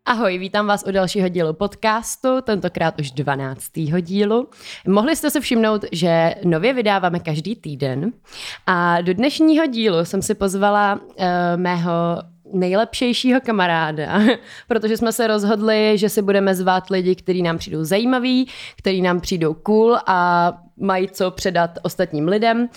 Ahoj, vítám vás u dalšího dílu podcastu, tentokrát už 12. dílu. Mohli jste se všimnout, že nově vydáváme každý týden a do dnešního dílu jsem si pozvala mého nejlepšejšího kamaráda, protože jsme se rozhodli, že si budeme zvát lidi, kteří nám přijdou zajímaví, kteří nám přijdou cool a mají co předat ostatním lidem.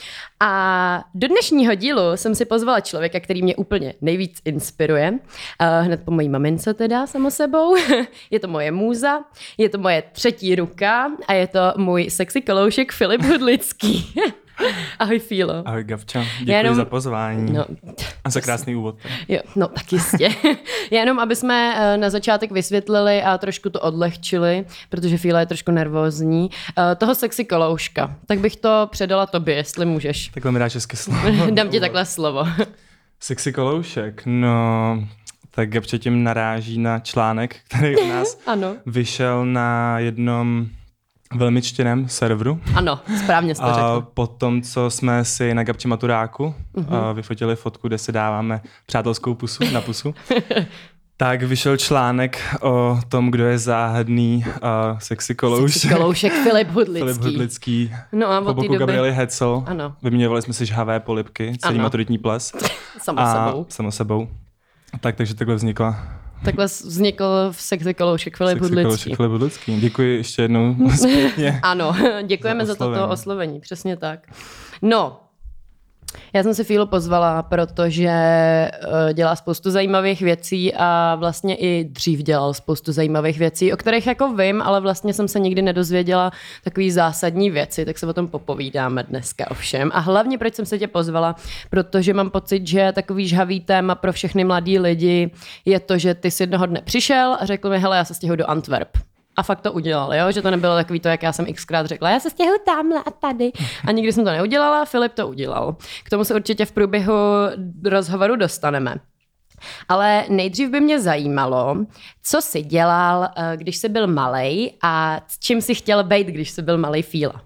A do dnešního dílu jsem si pozvala člověka, který mě úplně nejvíc inspiruje. Hned po mojí mamince teda, samo sebou. Je to moje můza, je to moje třetí ruka a je to můj sexy koloušek Filip Hudlický. Ahoj Fílo. Ahoj Gabčo, děkuji za pozvání. No, a za krásný úvod. Jo, no tak jistě. Jenom, aby jsme na začátek vysvětlili a trošku to odlehčili, protože Fíla je trošku nervózní, toho sexy kolouška. Tak bych to předala tobě, jestli můžeš. Takhle mi dáš hezky slovo. Dám ti takhle slovo. Sexy koloušek, no... Tak Gabčo tím naráží na článek, který u nás vyšel na jednom velmi čtěném serveru. Ano, správně jste řekl. Po tom, co jsme si na Gabči Maturáku vyfotili fotku, kde si dáváme přátelskou pusu na pusu, tak vyšel článek o tom, kdo je záhadný sexy koloušek. Sexy koloušek Filip Hudlický. Filip Hudlický. No a po boku Gabriely Hecel. Ano. Vyměňovali jsme si žhavé polibky, celý maturitní ples. Samo sebou. Takže takhle vznikla. Takhle vznikl v sexy koloušek Filip Hudlický. Děkuji ještě jednou zpětně. Ano, děkujeme za toto oslovení, přesně tak. No, já jsem si Fílu pozvala, protože dělá spoustu zajímavých věcí a vlastně i dřív dělal spoustu zajímavých věcí, o kterých jako vím, ale vlastně jsem se nikdy nedozvěděla takový zásadní věci, tak se o tom popovídáme dneska ovšem. A hlavně, proč jsem se tě pozvala, protože mám pocit, že takový žhavý téma pro všechny mladý lidi je to, že ty jsi jednoho dne přišel a řekl mi, hele, já se stěhuji do Antwerp. A fakt to udělal, jo? Že to nebylo takový to, jak já jsem xkrát řekla, já se stěhuji tamhle a tady. A nikdy jsem to neudělala, Filip to udělal. K tomu se určitě v průběhu rozhovoru dostaneme. Ale nejdřív by mě zajímalo, co jsi dělal, když jsi byl malej a s čím jsi chtěl být, když jsi byl malej Fíla?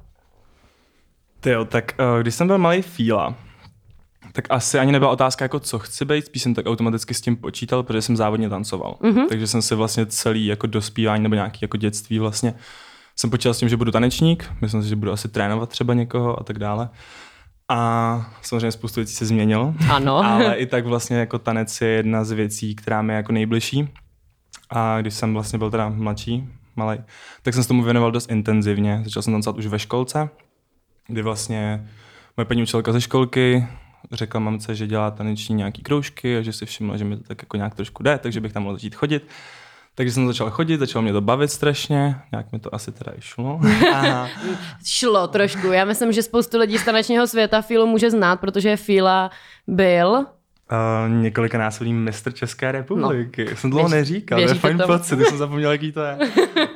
Tyjo, tak když jsem byl malej Fíla, tak asi ani nebyla otázka, jako co chci být, spíš jsem tak automaticky s tím počítal, protože jsem závodně tancoval. Takže jsem si vlastně celý jako dospívání nebo nějaký jako dětství vlastně jsem počítal s tím, že budu tanečník, myslím si, že budu asi trénovat třeba někoho a tak dále. A samozřejmě spoustu věcí se změnilo, ale i tak vlastně jako tanec je jedna z věcí, která mi je jako nejbližší. A když jsem vlastně byl teda mladší, malej, tak jsem se tomu věnoval dost intenzivně. Začal jsem tancovat už ve školce, kdy vlastně moje paní učitelka ze školky řekla mamce, že dělá taneční nějaký kroužky a že si všimla, že mi to tak jako nějak trošku jde, takže bych tam mohl začít chodit. Takže jsem začal chodit, začalo mě to bavit strašně, nějak mi to asi teda i šlo. Šlo trošku, já myslím, že spoustu lidí z tanečního světa Fílu může znát, protože Fíla byl... několikanásobný mistr České republiky. Jsem dlouho neříkal, to je fajn pocit, jsem zapomněl, jaký to je.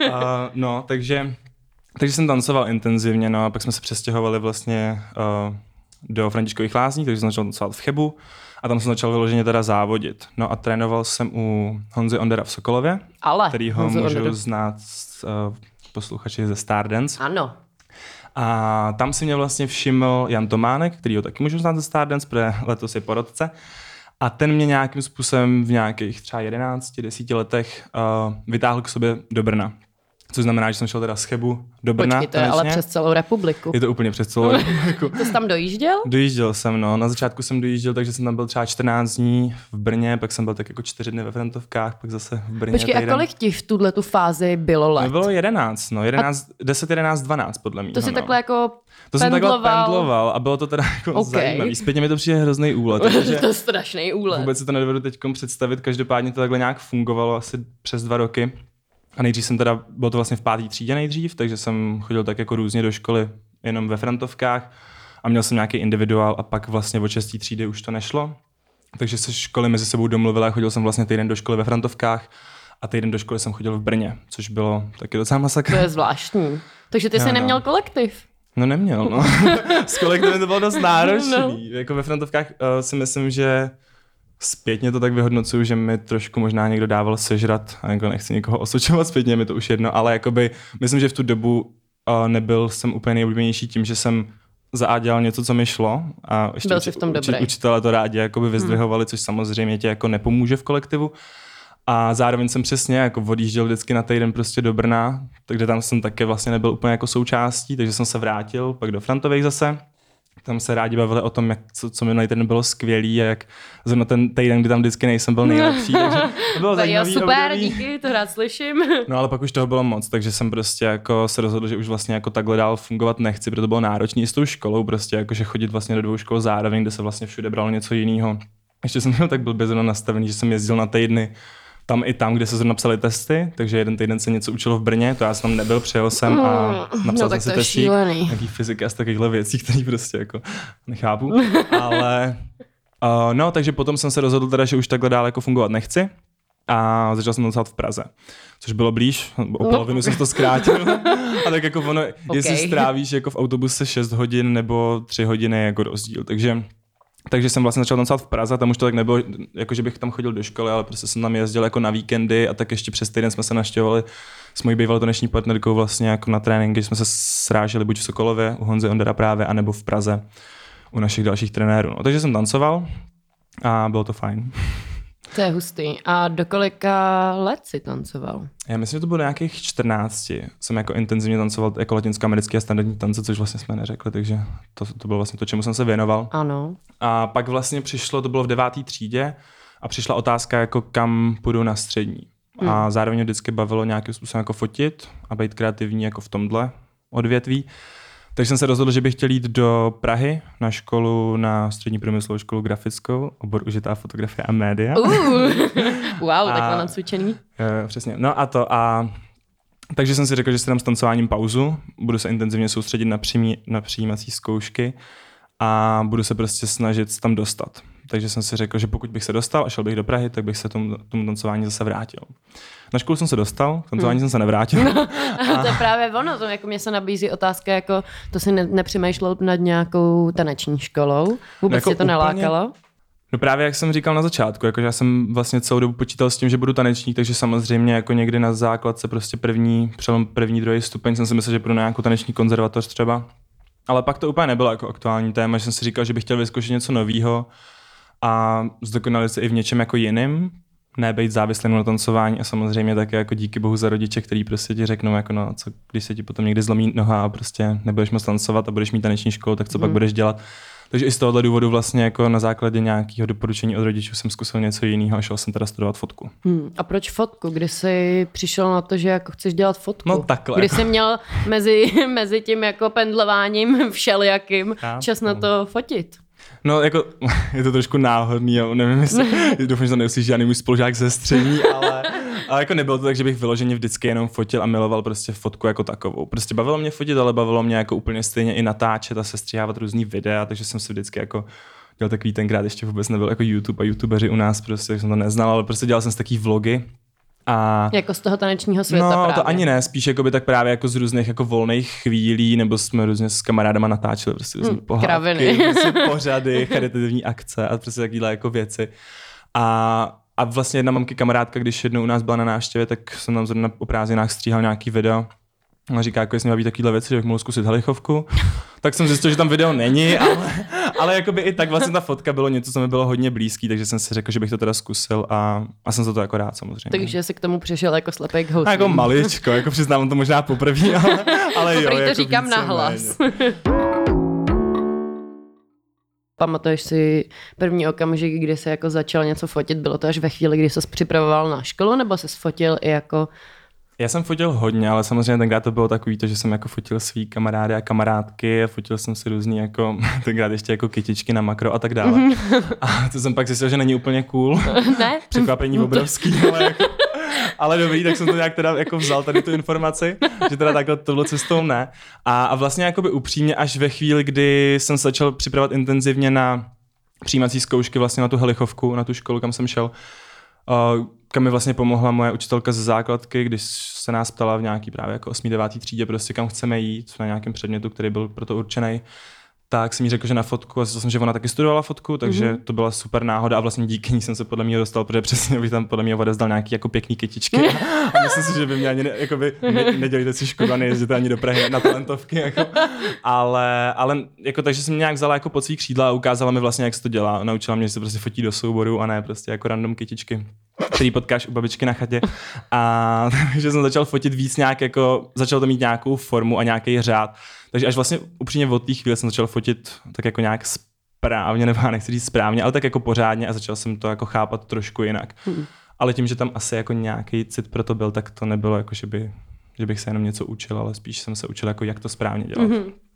Takže jsem tancoval intenzivně, no a pak jsme se přestěhovali vlastně do Františkových Lázní, takže jsem začal tancovat v Chebu a tam jsem začal vyloženě teda závodit. No a trénoval jsem u Honzy Ondera v Sokolově, kterýho můžu znát posluchači ze Stardance. Ano. A tam si mě vlastně všiml Jan Tománek, kterýho taky můžu znát ze Stardance, protože letos je porodce. A ten mě nějakým způsobem v nějakých třeba 10 letech vytáhl k sobě do Brna. Což znamená, že jsem šel teda z Chebu do Brna. Počkej, to je ale přes celou republiku. Je to úplně přes celou republiku. To jsi tam dojížděl? Dojížděl jsem, no. Na začátku jsem dojížděl, takže jsem tam byl třeba 14 dní v Brně, pak jsem byl tak jako 4 dny ve Frantovkách, pak zase v Brně. Počkej, a kolik ti v tuhletu fázi bylo let? No, bylo 11, no. 10, 11, 12 podle mě. To si takhle jako to jsem takhle pendloval a bylo to teda jako zajímavý. Zpětně mi to přijde hrozný úlet. To je strašný úlet. Vůbec si to nedovedu teďkom představit, každopádně to takhle nějak fungovalo asi přes 2 roky. A nejdřív jsem teda, bylo to vlastně v 5. třídě nejdřív, takže jsem chodil tak jako různě do školy, jenom ve Frantovkách a měl jsem nějaký individuál a pak vlastně od 6. třídy už to nešlo. Takže se školy mezi sebou domluvily a chodil jsem vlastně týden do školy ve Frantovkách a týden do školy jsem chodil v Brně, což bylo taky docela masakr. To je zvláštní. Takže ty jsi neměl kolektiv. No neměl, no. S kolektivem to bylo dost náročný. No. Jako ve Frantovkách si myslím, že zpětně to tak vyhodnocuju, že mi trošku možná někdo dával sežrat a jako nechci někoho osočovat zpětně, mi to už jedno, ale jakoby myslím, že v tu dobu nebyl jsem úplně nejoblíbenější tím, že jsem dělal něco, co mi šlo a ještě učitelé to rádi jakoby vyzdvihovali, což samozřejmě tě jako nepomůže v kolektivu. A zároveň jsem přesně jako odjížděl vždycky na týden prostě do Brna, takže tam jsem taky vlastně nebyl úplně jako součástí, takže jsem se vrátil pak do Frantových zase. Tam se rádi bavili o tom, jak, co minulý týden bylo skvělý a jak zrovna ten týden, kdy tam vždycky nejsem, byl nejlepší. Takže to bylo zajímavý super, období. díky, to rád slyším. No ale pak už toho bylo moc, takže jsem prostě jako se rozhodl, že už vlastně jako takhle dál fungovat nechci, protože to bylo náročné i s tou školou, prostě jakože chodit vlastně do 2 škol zároveň, kde se vlastně všude bralo něco jiného. Ještě jsem měl tak blbě zrovna nastavený, že jsem jezdil na týdny tam i tam, kde se zrovna psali testy, takže jeden týden se něco učilo v Brně, to já jsem tam nebyl, přijel jsem a napsal jsem si testík, nějaký fyziky a z takovýchhle věcí, které prostě jako nechápu, ale no, takže potom jsem se rozhodl teda, že už takhle dál jako fungovat nechci a začal jsem tancovat v Praze, což bylo blíž, o polovinu jsem to zkrátil a tak jako ono, jestli strávíš jako v autobuse 6 hodin nebo 3 hodiny jako rozdíl, takže jsem vlastně začal tancovat v Praze, tam už to tak nebylo, jako že bych tam chodil do školy, ale prostě jsem tam jezdil jako na víkendy a tak ještě přes týden jsme se navštěvovali s mojí bývalou taneční partnerkou vlastně jako na tréninky, jsme se sráželi buď v Sokolově u Honzy Ondera právě, anebo v Praze u našich dalších trenérů. No, takže jsem tancoval a bylo to fajn. To je hustý. A do kolika let si tancoval? Já myslím, že to bylo nějakých 14. Jsem jako intenzivně tancoval jako latinskoamerický a standardní tance, což vlastně jsme neřekli, takže to bylo vlastně to, čemu jsem se věnoval. Ano. A pak vlastně přišlo, to bylo v 9. třídě a přišla otázka, jako kam půjdu na střední. A zároveň mě vždycky bavilo nějakým způsobem jako fotit a být kreativní jako v tomhle odvětví. Takže jsem se rozhodl, že bych chtěl jít do Prahy na školu, na střední průmyslovou školu grafickou, obor užitá fotografie a média. Wow, takhle nacvičený. Přesně. No a takže jsem si řekl, že si dám s tancováním pauzu, budu se intenzivně soustředit na přijímací zkoušky a budu se prostě snažit tam dostat. Takže jsem si řekl, že pokud bych se dostal a šel bych do Prahy, tak bych se tomu tancování zase vrátil. Na školu jsem se dostal, tancování jsem se nevrátil. To je právě ono, to jako mě se nabízí otázka, jako to si nepřemýšlel nad nějakou taneční školou? Vůbec jako tě to nelákalo? No právě jak jsem říkal na začátku, jakože já jsem vlastně celou dobu počítal s tím, že budu tanečník, takže samozřejmě jako někdy na základce prostě přelom první, druhý stupeň jsem si myslel, že půjdu na nějakou taneční konzervatoř třeba. Ale pak to úplně nebylo jako aktuální téma, že jsem si říkal, že bych chtěl vyzkoušet něco nového a zdokonalit se i v něčem jako jiným, ne být závislý na tancování a samozřejmě také jako díky bohu za rodiče, který prostě ti řeknou, jako no, co když se ti potom někdy zlomí noha a prostě nebudeš moc tancovat a budeš mít taneční školu, tak co pak budeš dělat. Takže i z tohohle důvodu vlastně jako na základě nějakého doporučení od rodičů jsem zkusil něco jiného a šel jsem teda studovat fotku. A proč fotku? Kdy jsi přišel na to, že jako chceš dělat fotku? No takhle. Kdy jsi měl mezi tím jako pendlováním všelijakým čas na to fotit? No jako je to trošku náhodný, jo, nevím, doufám, že to neuslyší žádný můj spolužák ze střední, ale jako nebylo to tak, že bych vyloženě vždycky jenom fotil a miloval prostě fotku jako takovou. Prostě bavilo mě fotit, ale bavilo mě jako úplně stejně i natáčet a sestříhávat různý videa, takže jsem si vždycky jako dělal takový, tenkrát ještě vůbec nebyl jako YouTube a youtubeři u nás, prostě jsem to neznal, ale prostě dělal jsem si takový vlogy. A jako z toho tanečního světa no, právě. To ani ne, spíš jako by tak právě jako z různých jako volných chvílí, nebo jsme různě s kamarádama natáčeli prostě různý pohádky, prostě pořady, charitativní akce a prostě takovýhle jako věci. A vlastně jedna mamky kamarádka, když jednou u nás byla na návštěvě, tak jsem tam zrovna o prázdninách stříhal nějaký video. Ona říká, jako jestli mě baví takovýhle věci, že bych mohl zkusit helichovku. Tak jsem zjistil, že tam video není, ale jakoby i tak vlastně ta fotka bylo něco, co mi bylo hodně blízký, takže jsem si řekl, že bych to teda zkusil a jsem za to jako rád samozřejmě. Takže jsi k tomu přišel jako slepej k houslím. Jako maličko, jako přiznám to možná poprvé, ale jo. Poprvé to jako říkám nahlas. Pamatuješ si první okamžik, kdy jsi jako začal něco fotit? Bylo to až ve chvíli, kdy jsi připravoval na školu, nebo jsi fotil i jako... Já jsem fotil hodně, ale samozřejmě tenkrát to bylo takový to, že jsem jako fotil svý kamarády a kamarádky a fotil jsem si různý jako, tenkrát ještě jako kytičky na makro a tak dále. A to jsem pak zjistil, že není úplně cool. Ne? Překvapení obrovský, ale dobrý, tak jsem to nějak teda jako vzal tady tu informaci, že teda takhle tohle cestou ne. A vlastně jakoby upřímně až ve chvíli, kdy jsem se začal připravovat intenzivně na přijímací zkoušky vlastně na tu helichovku, na tu školu, kam jsem šel, kam mi vlastně pomohla moje učitelka ze základky, když se nás ptala v nějaký právě jako 8. 9. třídě prostě kam chceme jít, na nějakém předmětu, který byl pro to určený. Tak jsem jí řekl, že na fotku, a zjistil jsem, že ona taky studovala fotku, takže to byla super náhoda a vlastně díky ní jsem se podle mě dostal, protože přesně bych tam podle mě odezdal nějaký jako pěkný kytičky a myslím si, že by mě ani nedělíte si škodu a nejezděte ani do Prahy na talentovky, jako. ale jako takže jsem mě nějak vzala jako pod svý křídla a ukázala mi vlastně, jak se to dělá. Naučila mě, že se prostě fotí do souboru a ne prostě jako random kytičky. který potkáš u babičky na chatě. A takže jsem začal fotit víc nějak jako, začal to mít nějakou formu a nějaký řád. Takže až vlastně upřímně od té chvíle jsem začal fotit tak jako nějak správně, nebo já nechci říct správně, ale tak jako pořádně a začal jsem to jako chápat trošku jinak. Ale tím, že tam asi jako nějaký cit pro to byl, tak to nebylo jako, že bych se jenom něco učil, ale spíš jsem se učil jako, jak to správně dělat.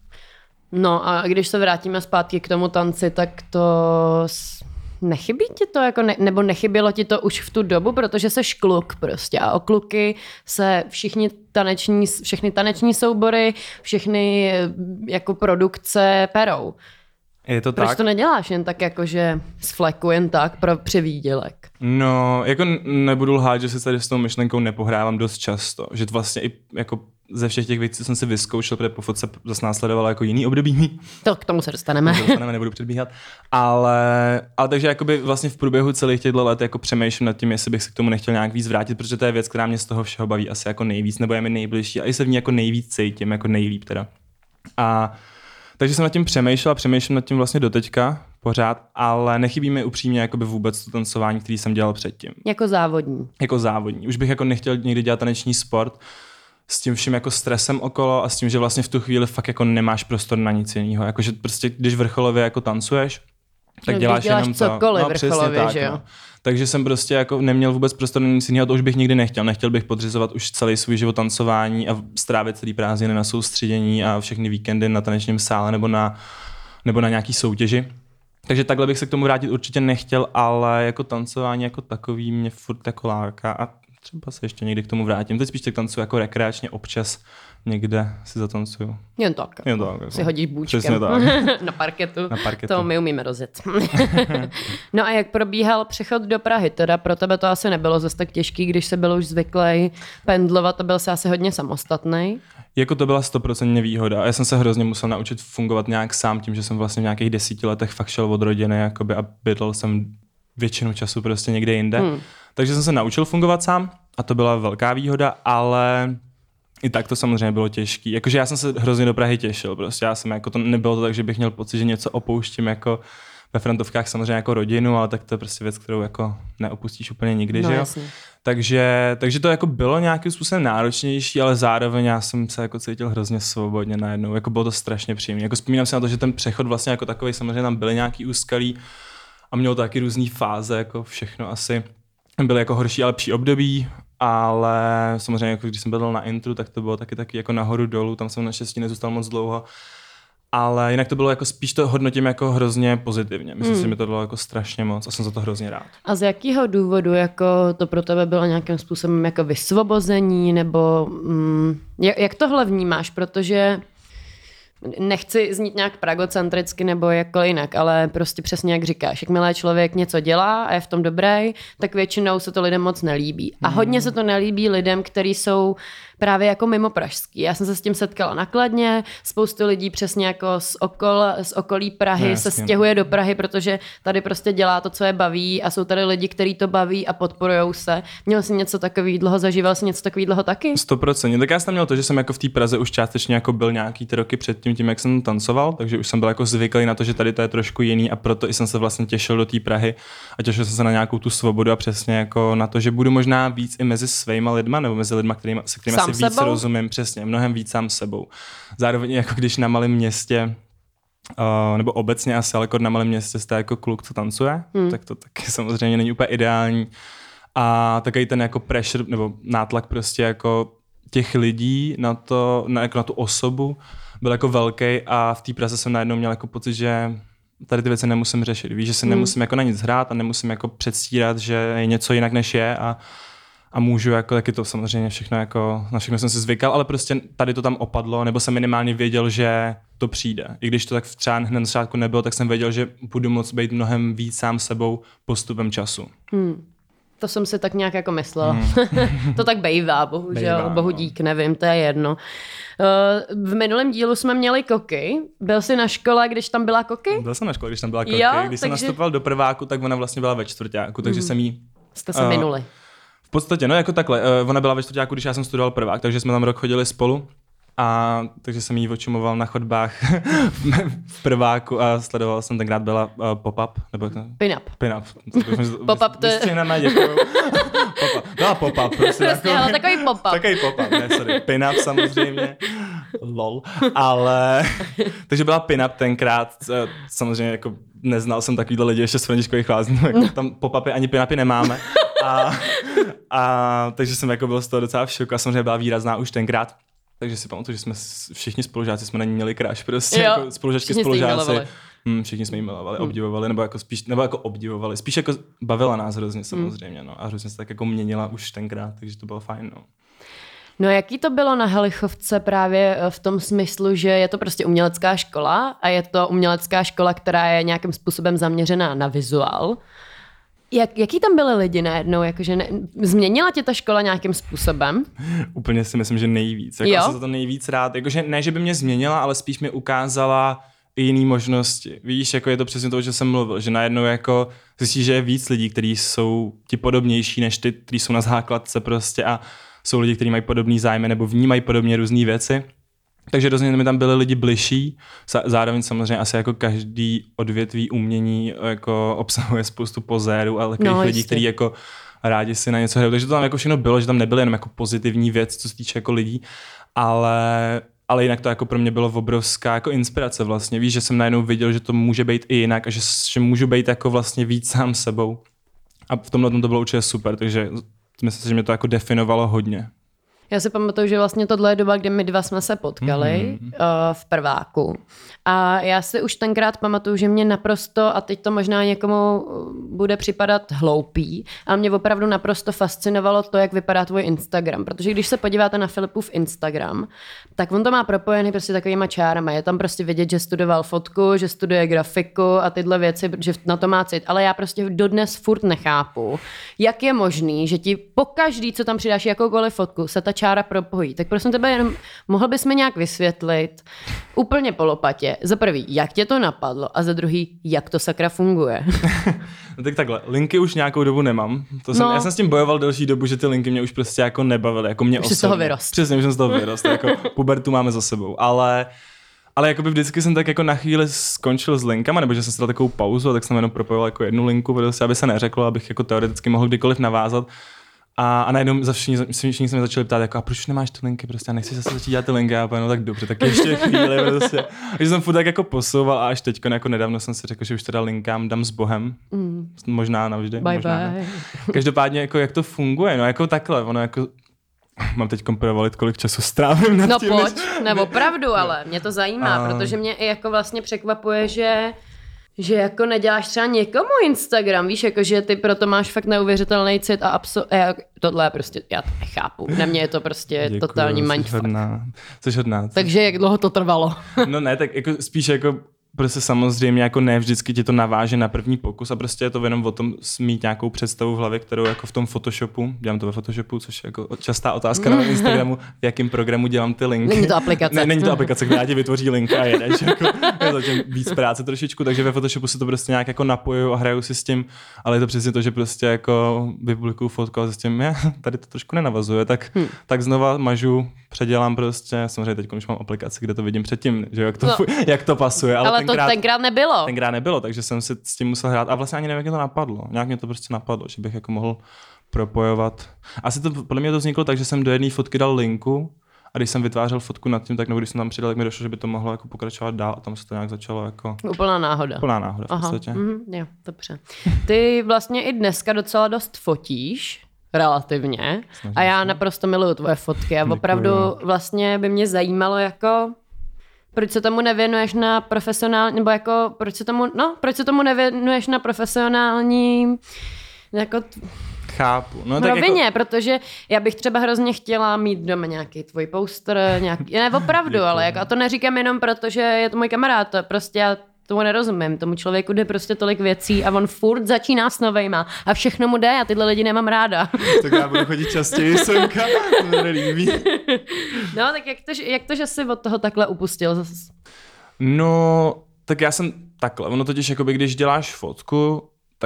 No a když se vrátíme zpátky k tomu tanci, tak to nechybí ti to, jako nebo nechybělo ti to už v tu dobu, protože seš kluk prostě a o kluky se všechny taneční soubory, všechny jako produkce perou. Je to Proč tak? to neděláš jen tak jako, že z fleku jen tak pro přivýdělek? No, jako nebudu lhát, že se tady s tou myšlenkou nepohrávám dost často, že to vlastně i jako ze všech těch věcí, co jsem si vyzkoušel, protože po fotce zase následovalo jako jiný období. To k tomu se dostaneme. Nebudu předbíhat. Ale takže jakoby vlastně v průběhu celých těchto let jako přemýšlím nad tím, jestli bych se k tomu nechtěl nějak víc vrátit, protože to je věc, která mě z toho všeho baví asi jako nejvíc, nebo je mi nejbližší a i se v ní jako nejvíc cítím, jako nejlíp teda. Takže jsem nad tím přemýšlel a přemýšlím nad tím vlastně doteďka pořád, ale nechybí mi upřímně jakoby vůbec to tancování, který jsem dělal předtím. Jako závodní. Jako závodní. Už bych jako nechtěl někdy dělat taneční sport s tím vším jako stresem okolo a s tím, že vlastně v tu chvíli fakt jako nemáš prostor na nic jiného. Jakože prostě když vrcholově jako tancuješ, tak děláš jenom cokoliv to. Vrcholově, tak, že jo? No. Takže jsem prostě jako neměl vůbec prostor na nic jiného, to už bych nikdy nechtěl. Nechtěl bych podřizovat už celý svůj život tancování a strávit celý prázdniny na soustředění a všechny víkendy na tanečním sále nebo na nějaký soutěži. Takže takhle bych se k tomu vrátit určitě nechtěl, ale jako tancování jako takový mě furt jako láká a třeba se ještě někdy k tomu vrátím. Teď spíš tak tancuju jako rekreačně občas někde si zatancuju. Jen tak. Jako. Si hodíš bůčkem. Přesně tak. Na parketu. Na parketu. To my umíme rozjet. No a jak probíhal přechod do Prahy? Teda pro tebe to asi nebylo zase tak těžký, když se byl už zvyklý pendlovat a byl se asi hodně samostatný. Jako to byla 100% výhoda. Já jsem se hrozně musel naučit fungovat nějak sám tím, že jsem vlastně v nějakých 10 letech fakt šel od rodiny jakoby, a bydlel jsem většinu času prostě někde jinde. Takže jsem se naučil fungovat sám a to byla velká výhoda, ale i tak to samozřejmě bylo těžký. Jakože já jsem se hrozně do Prahy těšil. Prostě já jsem jako to nebylo to tak, že bych měl pocit, že něco opouštím jako ve frontovkách samozřejmě jako rodinu, ale tak to je prostě věc, kterou jako neopustíš úplně nikdy, že jo? Takže to jako bylo nějakým způsobem náročnější, ale zároveň já jsem se jako cítil hrozně svobodně najednou. Jako bylo to strašně příjemné. Jako vzpomínám si na to, že ten přechod vlastně jako takový, samozřejmě tam byly nějaký úskalí a mělo taky různý fáze, jako všechno asi. Byly jako horší a lepší období, ale samozřejmě jako když jsem byl na intru, tak to bylo taky jako nahoru dolů, tam jsem naštěstí nezůstal moc dlouho. Ale jinak to bylo jako spíš to hodnotím jako hrozně pozitivně. Myslím si, že mi to bylo jako strašně moc a jsem za to hrozně rád. A z jakého důvodu jako to pro tebe bylo nějakým způsobem jako vysvobození nebo jak tohle vnímáš, protože nechci znít nějak pragocentricky nebo jakkoliv jinak, ale prostě přesně jak říkáš, jakmile člověk něco dělá a je v tom dobrý, tak většinou se to lidem moc nelíbí. A hodně se to nelíbí lidem, kteří jsou právě jako mimo pražský. Já jsem se s tím setkala na Kladně, spoustu lidí přesně jako z okolí Prahy se stěhuje do Prahy, protože tady prostě dělá to, co je baví a jsou tady lidi, kteří to baví a podporujou se. Měl jsi něco takového, zažíval jsi něco takového taky? 100%. Tak já jsem měl to, že jsem jako v té Praze už částečně jako byl nějaký ty roky předtím, jak jsem tancoval, takže už jsem byl jako zvyklý na to, že tady to je trošku jiný a proto i jsem se vlastně těšil do té Prahy a těšil jsem se na nějakou tu svobodu a přesně jako na to, že budu možná víc i mezi svýma lidma nebo mezi lidma, se kterými si víc rozumím, přesně, mnohem víc sám sebou. Zároveň jako když na malém městě nebo obecně asi, ale na malém městě jste jako kluk, co tancuje, tak to taky samozřejmě není úplně ideální. A takový ten jako pressure nebo nátlak prostě jako těch lidí na tu osobu byl jako velký a v té Praze jsem najednou měl jako pocit, že tady ty věci nemusím řešit. Víš, že se nemusím jako na nic hrát a nemusím jako předstírat, že je něco jinak než je a můžu jako taky to samozřejmě všechno jako, na všechno jsem si zvykal, ale prostě tady to tam opadlo, nebo jsem minimálně věděl, že to přijde. I když to tak třeba hned na začátku nebylo, tak jsem věděl, že budu moct být mnohem víc sám sebou postupem času. To jsem si tak nějak jako myslela. To tak bejvá, bohužel, bohu dík, nevím, to je jedno. V minulém dílu jsme měli koky. Byl jsi na škole, když tam byla koky? Byl jsem na škole, když tam byla koky. Když jsem nastupoval do prváku, tak ona vlastně byla ve čtvrťáku, takže jsem jí... Jste se minuli. V podstatě, no jako takhle. Ona byla ve čtvrťáku, když já jsem studoval prvák, takže jsme tam rok chodili spolu. A takže jsem jí očumoval na chodbách v prváku a sledoval jsem, tenkrát byla pop-up, nebo Pin-up. Pin-up. Pop-up to je... Děkuju. Pop-up. Byla pop-up. Prostě jako, ale takový pop-up. Takový pop-up, ne, sorry. Pin-up samozřejmě. Lol. Ale... takže byla pin-up tenkrát. Samozřejmě jako neznal jsem takovýhle lidi ještě z Františkových Lázní. Jako tam pop-upy ani pin-upy nemáme. A takže jsem jako byl z toho docela v šoku a samozřejmě byla výrazná už tenkrát. Takže si pamatuju, že jsme všichni spolužáci jsme na ní měli crush prostě, jako spolužačky, spolužáci. Všichni jsme jí milovali, obdivovali, nebo jako obdivovali. Spíš jako bavila nás hrozně samozřejmě, no. A hrozně se tak jako měnila už tenkrát, takže to bylo fajn, no. No jaký to bylo na Helichovce právě v tom smyslu, že je to prostě umělecká škola a je to umělecká škola, která je nějakým způsobem zaměřená na vizuál. Jaký tam byli lidi najednou? Jakože změnila tě ta škola nějakým způsobem? Úplně si myslím, že nejvíc. Jako jsem za to nejvíc rád. Jakože ne, že by mě změnila, ale spíš mi ukázala i jiné možnosti. Víš, jako je to přesně to, o čem jsem mluvil, že najednou jako zjistíš, že je víc lidí, kteří jsou ti podobnější než ty, kteří jsou na základce prostě a jsou lidi, kteří mají podobný zájmy nebo vnímají podobně různé věci. Takže rozhodně mi tam byli lidi bližší, zároveň samozřejmě asi jako každý odvětví umění jako obsahuje spoustu pozérů, ale takových lidí, kteří jako rádi si na něco hrajou. Takže to tam jako všechno bylo, že tam nebyly jenom jako pozitivní věc, co se týče jako lidí, ale jinak to jako pro mě bylo obrovská jako inspirace vlastně. Víš, že jsem najednou viděl, že to může být i jinak a že můžu být jako vlastně víc sám sebou. A v tomhle to bylo určitě super, takže myslím si, že mě to jako definovalo hodně. Já si pamatuju, že vlastně tohle je doba, kdy my dva jsme se potkali v prváku. A já si už tenkrát pamatuju, že mě naprosto, a teď to možná někomu bude připadat hloupý, ale mě opravdu naprosto fascinovalo to, jak vypadá tvůj Instagram. Protože když se podíváte na Filipův Instagram, tak on to má propojený prostě takovýma čárama. Je tam prostě vidět, že studoval fotku, že studuje grafiku a tyhle věci, že na to má cit. Ale já prostě dodnes furt nechápu, jak je možný, že ti pokaždý, co tam přidáš jakoukoliv fotku, se ta čára propojí. Tak prosím tebe, jenom mohl bys mi nějak vysvětlit úplně po lopatě. Za prvý, jak tě to napadlo a za druhý, jak to sakra funguje. No tak takhle, linky už nějakou dobu nemám. Já jsem s tím bojoval delší dobu, že ty linky mě už prostě jako nebavily, jako mě osobně. Už z toho vyrost. Přesně, už jsem z toho vyrost, jako pubertu máme za sebou, ale jakoby vždycky jsem tak jako na chvíli skončil s linkama, nebo že jsem si dal takovou pauzu a tak jsem jenom propojoval jako jednu linku, protože aby se neřeklo, abych jako teoreticky mohl kdykoliv navázat. A najednou všichni se mi začali ptát, jako, a proč nemáš ty linky, prostě, a nechci zase začít dělat ty linky, a no tak dobře, tak ještě chvíli, prostě. Takže jsem furt tak jako posouval a až teď, jako nedávno jsem si řekl, že už teda linkám dám s Bohem, možná navždy. Bye možná bye. Ne. Každopádně, jako, jak to funguje, no jako takhle, ono jako, mám teď provalit, kolik času strávím nad tím. No pojď, nebo opravdu, ale mě to zajímá, protože mě i jako vlastně překvapuje, že jako neděláš třeba někomu Instagram, víš, jako že ty proto máš fakt neuvěřitelný cit a tohle prostě, já to nechápu. Na mě je to prostě děkuju, totální mindfuck. Jsi hodná. Takže jak dlouho to trvalo? No ne, tak jako spíš jako prostě samozřejmě jako ne vždycky ti to naváže na první pokus a prostě je to jenom o tom mít nějakou představu v hlavě, kterou jako v tom Photoshopu, dělám to ve Photoshopu, což je jako častá otázka na Instagramu, v jakém programu dělám ty linky. Není to aplikace. Ne, není to aplikace, která ti vytvoří link a jedeš, jako je to tím víc práce trošičku, takže ve Photoshopu se to prostě nějak jako napojuju a hraju si s tím, ale je to přesně to, že prostě jako vypublikuju fotku a zjistím, tady to trošku nenavazuje, tak znova mažu, předělám prostě, samozřejmě teď už mám aplikaci, kde to vidím předtím, že jak to pasuje, ale tenkrát nebylo. Tenkrát nebylo, takže jsem si s tím musel hrát a vlastně ani nevím, jak mě to napadlo. Nějak mě to prostě napadlo, že bych jako mohl propojovat. Asi to podle mě to vzniklo tak, že jsem do jedné fotky dal linku a když jsem vytvářel fotku nad tím, tak když jsem tam přidal, tak mi došlo, že by to mohlo jako pokračovat dál a tam se to nějak začalo jako... Úplná náhoda. Úplná náhoda v podstatě. Jo, dobře. Ty vlastně i dneska docela dost fotíš. Relativně. A já naprosto miluju tvoje fotky a opravdu vlastně by mě zajímalo jako... Proč se tomu nevěnuješ na profesionální, nebo jako, proč se tomu nevěnuješ na profesionální, jako... Chápu. No, rovině, jako... protože já bych třeba hrozně chtěla mít doma nějaký tvůj poster, nějaký, ne opravdu, ale jako, a to neříkám jenom proto, že je to můj kamarád, prostě já tomu nerozumím, tomu člověku jde prostě tolik věcí a on furt začíná s novejma a všechno mu jde a tyhle lidi nemám ráda. Tak já budu chodit častěji, Sonka, to mě nelíbí. No, tak jak to, že jsi od toho takhle upustil zase? No, tak já jsem takhle, ono totiž jakoby, když děláš fotku, tak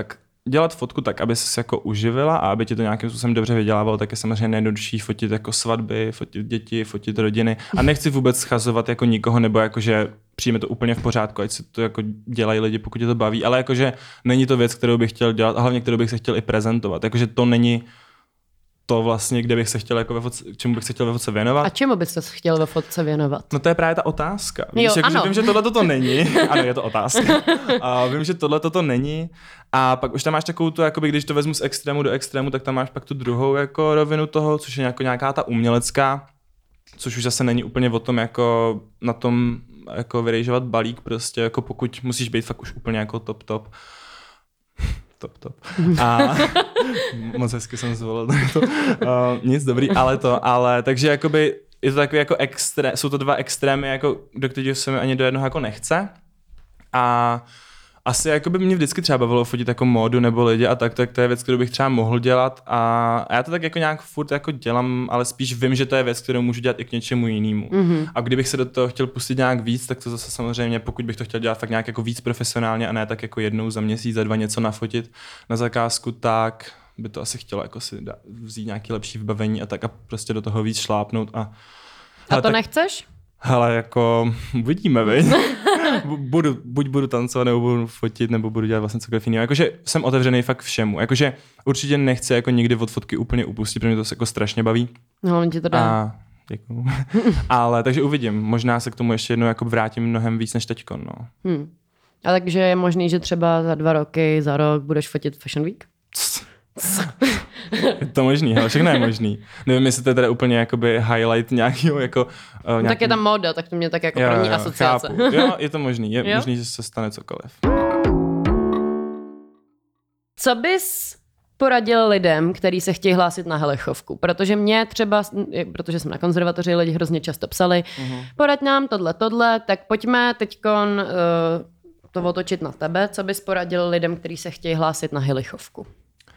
dělat fotku tak, aby ses jako uživila a aby ti to nějakým způsobem dobře vydělávalo, tak je samozřejmě nejjednodušší fotit jako svatby, fotit děti, fotit rodiny. A nechci vůbec schazovat jako nikoho, nebo jakože přijme to úplně v pořádku, ať si to jako dělají lidi, pokud je to baví, ale jakože není to věc, kterou bych chtěl dělat a hlavně kterou bych se chtěl i prezentovat. Jakože to není to vlastně, kde bych se chtěl jako čemu bych se chtěl ve fotce věnovat. A čemu bys se chtěl ve fotce věnovat? No to je právě ta otázka. Víš, jako, vím, že tohle to není. Ano, je to otázka. A vím, že tohle to není. A pak už tam máš takovou tu, jakoby, když to vezmu z extrému do extrému, tak tam máš pak tu druhou jako rovinu toho, což je jako nějaká ta umělecká, což už zase není úplně o tom, jako na tom jako vyrejžovat balík prostě, jako pokud musíš být fakt už úplně jako top. A moc hezky jsem zvolil to. Nic dobrý, ale takže jakoby je to takový jako jsou to dva extrémy, jako do kterých se mi ani do jednoho jako nechce. A asi jakoby mě vždycky třeba bavilo fotit jako módu nebo lidi a tak to je věc, kterou bych třeba mohl dělat a já to tak jako nějak furt jako dělám, ale spíš vím, že to je věc, kterou můžu dělat i k něčemu jinému. Mm-hmm. A kdybych se do toho chtěl pustit nějak víc, tak to zase samozřejmě, pokud bych to chtěl dělat fakt nějak jako víc profesionálně a ne tak jako jednou za měsíc, za dva něco nafotit na zakázku, tak by to asi chtělo jako si vzít nějaký lepší vybavení a tak a prostě do toho víc šlápnout a to tak, nechceš? Hele, jako uvidíme, viď? buď budu tancovat, nebo budu fotit, nebo budu dělat vlastně cokoliv jiného. Jakože jsem otevřený fakt všemu. Jakože určitě nechci jako nikdy od fotky úplně upustit, protože mě to jako strašně baví. No, on ti to dá. Děkuju. Ale takže uvidím. Možná se k tomu ještě jednou jako vrátím mnohem víc než teďko, no. A takže je možný, že třeba za 2 roky, za rok budeš fotit Fashion Week? Je to možný, ale všechno je možný. Nevím, jestli to je teda úplně jakoby highlight nějakého jako... Tak je tam móda, tak to mě tak jako první asociace. Chápu. Jo, je to možný. Je možný, že se stane cokoliv. Co bys poradil lidem, kteří se chtějí hlásit na helichovku? Protože mě třeba, protože jsem na konzervatoři, lidi hrozně často psali, poraď nám tohle, tak pojďme teďkon to otočit na tebe. Co bys poradil lidem, kteří se chtějí hlásit na helichovku?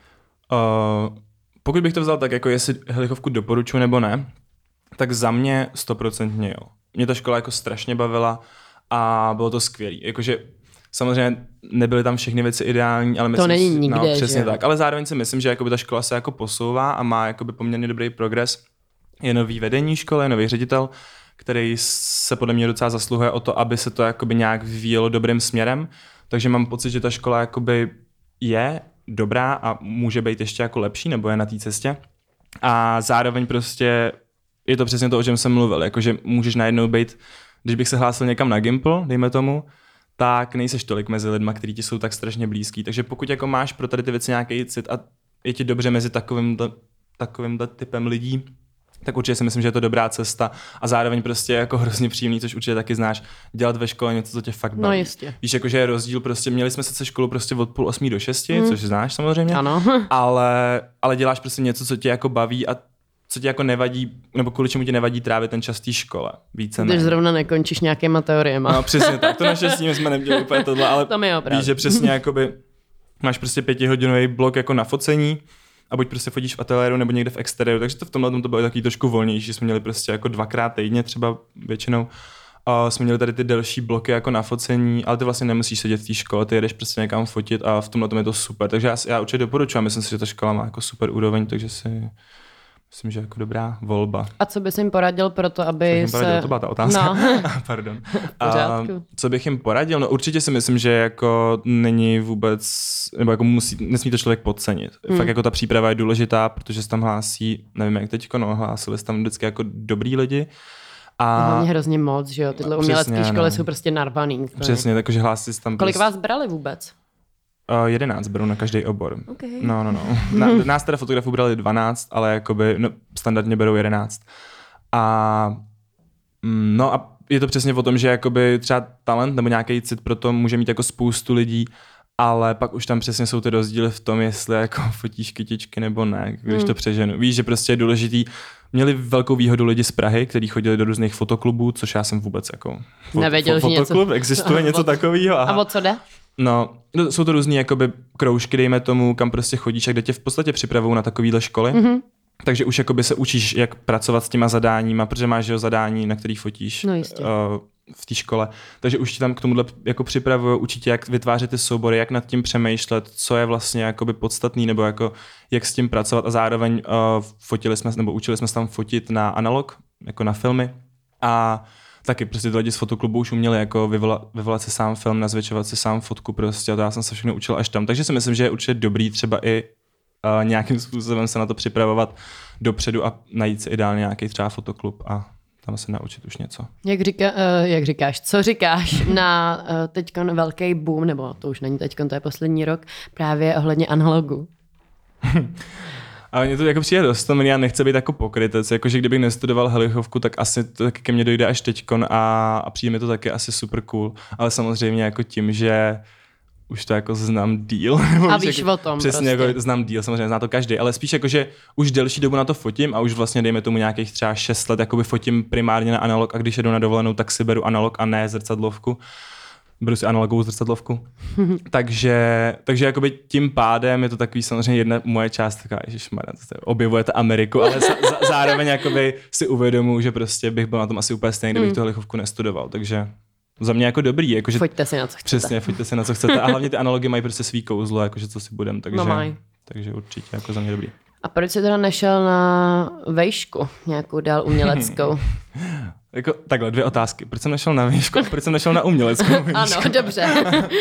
Pokud bych to vzal tak, jako jestli helichovku doporučuji nebo ne, tak za mě 100% jo. Mě ta škola jako strašně bavila a bylo to skvělý. Jakože samozřejmě nebyly tam všechny věci ideální, ale myslím, to není nikde, no, přesně že? tak. Ale zároveň si myslím, že jakoby ta škola se jako posouvá a má jakoby poměrně dobrý progres. Je nový vedení školy, nový ředitel, který se podle mě docela zasluhuje o to, aby se to jakoby nějak vyvíjelo dobrým směrem. Takže mám pocit, že ta škola jakoby je dobrá a může být ještě jako lepší, nebo je na té cestě. A zároveň prostě je to přesně to, o čem jsem mluvil, jakože můžeš najednou být, když bych se hlásil někam na Gimple, dejme tomu, tak nejseš tolik mezi lidma, kteří ti jsou tak strašně blízký. Takže pokud jako máš pro tady ty věci nějaký cit a je ti dobře mezi takovým typem lidí, tak určitě si myslím, že je to dobrá cesta a zároveň prostě jako hrozně příjemný, což určitě taky znáš, dělat ve škole něco, co tě fakt baví. No jistě. Víš, jakože je rozdíl, prostě měli jsme se školu prostě od 7:30 do 6, což znáš samozřejmě. Ano. Ale děláš prostě něco, co tě jako baví a co ti jako nevadí, nebo kvůli čemu ti nevadí trávit ten čas té škole. Více když zrovna nekončíš nějakýma teoriema. No přesně tak, to naštěstí jsme neměli úplně tohle, ale to víš, že přesně jakoby máš prostě 5hodinový blok jako na focení a buď prostě fotíš v ateliéru nebo někde v exteriéru, takže to v tomhle to bylo taky trošku volnější, jsme měli prostě jako 2x týdně třeba většinou. A jsme měli tady ty delší bloky jako na focení, ale ty vlastně nemusíš sedět v té škole, ty jedeš prostě někam fotit a v tomhle tom je to super. Takže já určitě doporučuji, myslím si, že ta škola má jako super úroveň, takže si myslím, že jako dobrá volba. A co bys jim poradil pro to, aby se... To byla ta otázka. No. Pardon. Co bych jim poradil? No určitě si myslím, že jako není vůbec, nebo jako nesmí to člověk podcenit. Fakt jako ta příprava je důležitá, protože se tam hlásí, nevím jak teďko, no hlásili se tam vždycky jako dobrý lidi. A hlavně hrozně moc, že jo, tyhle umělecké školy jsou prostě narvaný. Přesně, takže hlásí se tam... Kolik vás brali vůbec? 11 berou na každý obor. Okay. No. Nás teda fotografů brali 12, ale jakoby, standardně berou 11. A je to přesně o tom, že jakoby třeba talent nebo nějaký cit pro to může mít jako spoustu lidí, ale pak už tam přesně jsou ty rozdíly v tom, jestli jako fotíš kytičky nebo ne, když to přeženu. Víš, že prostě je důležitý. Měli velkou výhodu lidi z Prahy, kteří chodili do různých fotoklubů, což já jsem vůbec jako... Nevěděl, že fotoklub, existuje něco takového. A o co jde? No, jsou to různý jakoby kroužky, dejme tomu, kam prostě chodíš a kde tě v podstatě připravují na takovýhle školy. Mm-hmm. Takže už jakoby se učíš, jak pracovat s těma zadáníma, protože máš zadání, na který fotíš v té škole, takže už ti tam k tomuhle jako připravuju, učí tě, jak vytvářet ty soubory, jak nad tím přemýšlet, co je vlastně jakoby podstatný, nebo jako jak s tím pracovat a zároveň učili jsme se tam fotit na analog, jako na filmy a taky prostě ty lidi z fotoklubu už uměli jako vyvolat si sám film, nazvětšovat si sám fotku prostě a to já jsem se všechno učil až tam, takže si myslím, že je určitě dobrý třeba i nějakým způsobem se na to připravovat dopředu a najít si ideálně nějaký třeba fotoklub a tam se naučit už něco. Jak říkáš, co říkáš na teďkon velký boom, nebo to už není teďkon, to je poslední rok, právě ohledně analogu? A mně to jako přijde dost, já nechci být jako pokrytec, jakože kdybych nestudoval helichovku, tak asi to taky ke mně dojde až teďkon a přijde mi to taky asi super cool, ale samozřejmě jako tím, že už to jako znám díl. A víš jako, o tom přesně prostě. Jako znám díl, samozřejmě zná to každý, ale spíš jako, že už delší dobu na to fotím a už vlastně dejme tomu nějakých třeba 6 let, jakoby fotím primárně na analog a když jedu na dovolenou, tak si beru analog a ne zrcadlovku. Beru si analogovou zrcadlovku. takže jakoby tím pádem je to takový samozřejmě jedna moje část, taková, ježišmarja, objevujete Ameriku, ale zároveň jakoby si uvědomuji, že prostě bych byl na tom asi úplně stejný, kdybych tu helichovku nestudoval, takže za mě jako dobrý. Jakože, foťte si na co chcete. Přesně, foťte si na co chcete. A hlavně ty analogy mají prostě svý kouzlo, jakože co si budem, takže určitě jako za mě dobrý. A proč jsi teda nešel na vejšku, nějakou dál uměleckou? Jako, takhle, 2 otázky. Proč jsem nešel na výšku? Proč jsem nešel na uměleckou výšku? Ano, dobře.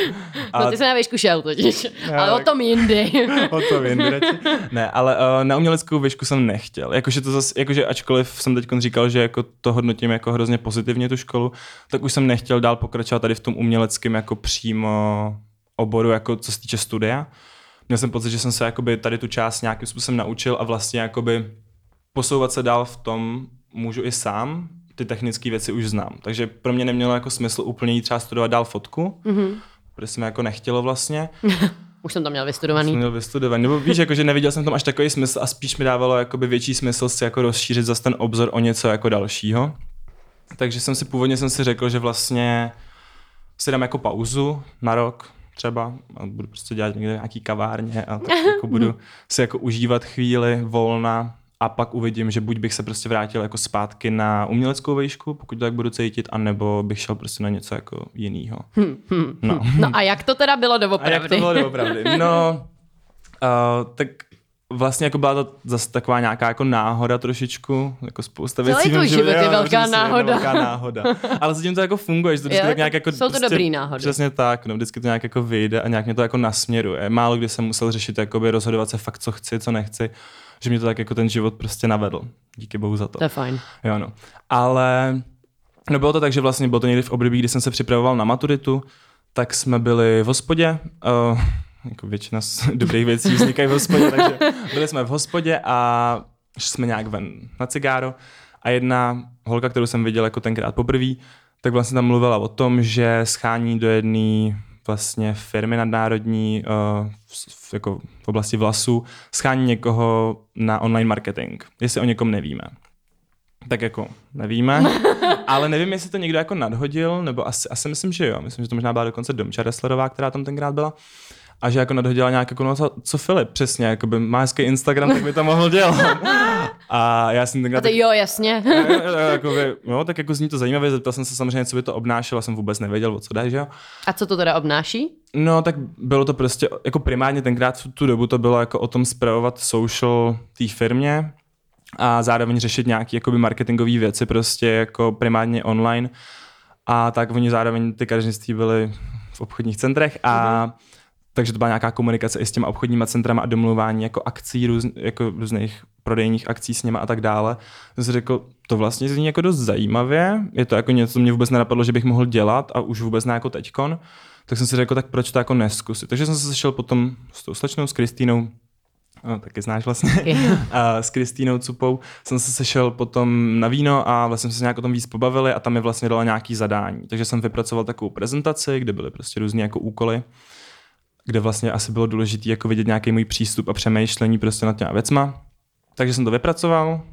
No ty jsi na výšku šel totiž. Ale o tom jindy. O tom jindy radši. Ne, ale na uměleckou výšku jsem nechtěl. Jakože ačkoliv jsem teď říkal, že jako to hodnotím jako hrozně pozitivně tu školu, tak už jsem nechtěl dál pokračovat tady v tom uměleckém jako přímo oboru, jako co se týče studia. Měl jsem pocit, že jsem se jakoby tady tu část nějakým způsobem naučil a vlastně jakoby posouvat se dál v tom můžu i sám. Ty technické věci už znám. Takže pro mě nemělo jako smysl úplně jít třeba studovat dál fotku, protože jsem jako nechtělo vlastně. Už jsem to měl vystudovaný. Nebo víš, jako, že neviděl jsem tam až takový smysl a spíš mi dávalo jakoby větší smysl si jako rozšířit zase ten obzor o něco jako dalšího. Takže původně jsem si řekl, že vlastně si dám jako pauzu na rok třeba a budu prostě dělat někde nějaký kavárně a tak jako budu si jako užívat chvíli volna. A pak uvidím, že buď bych se prostě vrátil jako zpátky na uměleckou vejšku, pokud to tak budu cítit, anebo bych šel prostě na něco jako jinýho. No a jak to teda bylo doopravdy? No, tak vlastně jako byla to zase taková nějaká jako náhoda trošičku, jako spousta věcí. Celý tvůj život je velká náhoda. Ale zatím to jako funguje, že to vždycky tak nějak jako... Jsou to prostě, dobrý náhody. Přesně tak, no, vždycky to nějak jako vyjde a nějak mě to jako nasměruje. Málo kdy jsem musel řešit, jakoby rozhodovat se fakt, co chci, co nechci. Že mě to tak jako ten život prostě navedl. Díky bohu za to. To je fajn. Jo, no. Ale no bylo to tak, že vlastně bylo to někdy v období, kdy jsem se připravoval na maturitu, tak jsme byli v hospodě, jako většina z dobrých věcí vznikají v hospodě, takže byli jsme v hospodě a šli jsme nějak ven na cigáro a jedna holka, kterou jsem viděl jako tenkrát poprvé, tak vlastně tam mluvila o tom, že schání do jedné vlastně firmy nadnárodní jako v oblasti vlasů, schání někoho na online marketing, jestli o někom nevíme. Tak jako nevíme, ale nevím, jestli to někdo jako nadhodil, nebo asi myslím, že jo. Myslím, že to možná byla dokonce Domča Resslerová, která tam tenkrát byla. A že jako nadhodila nějak jako, no co Filip, přesně, jakoby má hezký Instagram, tak by to mohl dělat. A já jsem tenkrát... Jo, jasně. Tak jako zní to zajímavě, zeptal jsem se samozřejmě, co by to obnášelo, jsem vůbec nevěděl, o co jde, že jo. A co to teda obnáší? No, tak bylo to prostě, jako primárně tenkrát v tu dobu to bylo jako o tom spravovat social té firmě a zároveň řešit nějaké jakoby marketingové věci prostě jako primárně online. A tak oni zároveň ty kadeřnictví byly v obchodních centrech a takže to byla nějaká komunikace i s těma obchodníma centrama a domluvání jako akcí, jako různých prodejních akcí s něma a tak dále. Já jsem řekl, to vlastně zní jako dost zajímavě, je to jako něco, co mě vůbec nenapadlo, že bych mohl dělat a už vůbec ne jako teďkon. Tak jsem si řekl, tak proč to jako neskusit. Takže jsem se sešel potom s tou slečnou, s Kristýnou, taky znáš vlastně, a s Kristýnou Cupou jsem se sešel potom na víno a vlastně jsme se nějak o tom víc pobavili a tam mi vlastně dala nějaký zadání. Takže jsem vypracoval takovou prezentaci, kde byly prostě různé jako úkoly, kde vlastně asi bylo důležité jako vidět nějaký můj přístup a přemýšlení prostě nad těma věcma. Takže jsem to vypracoval,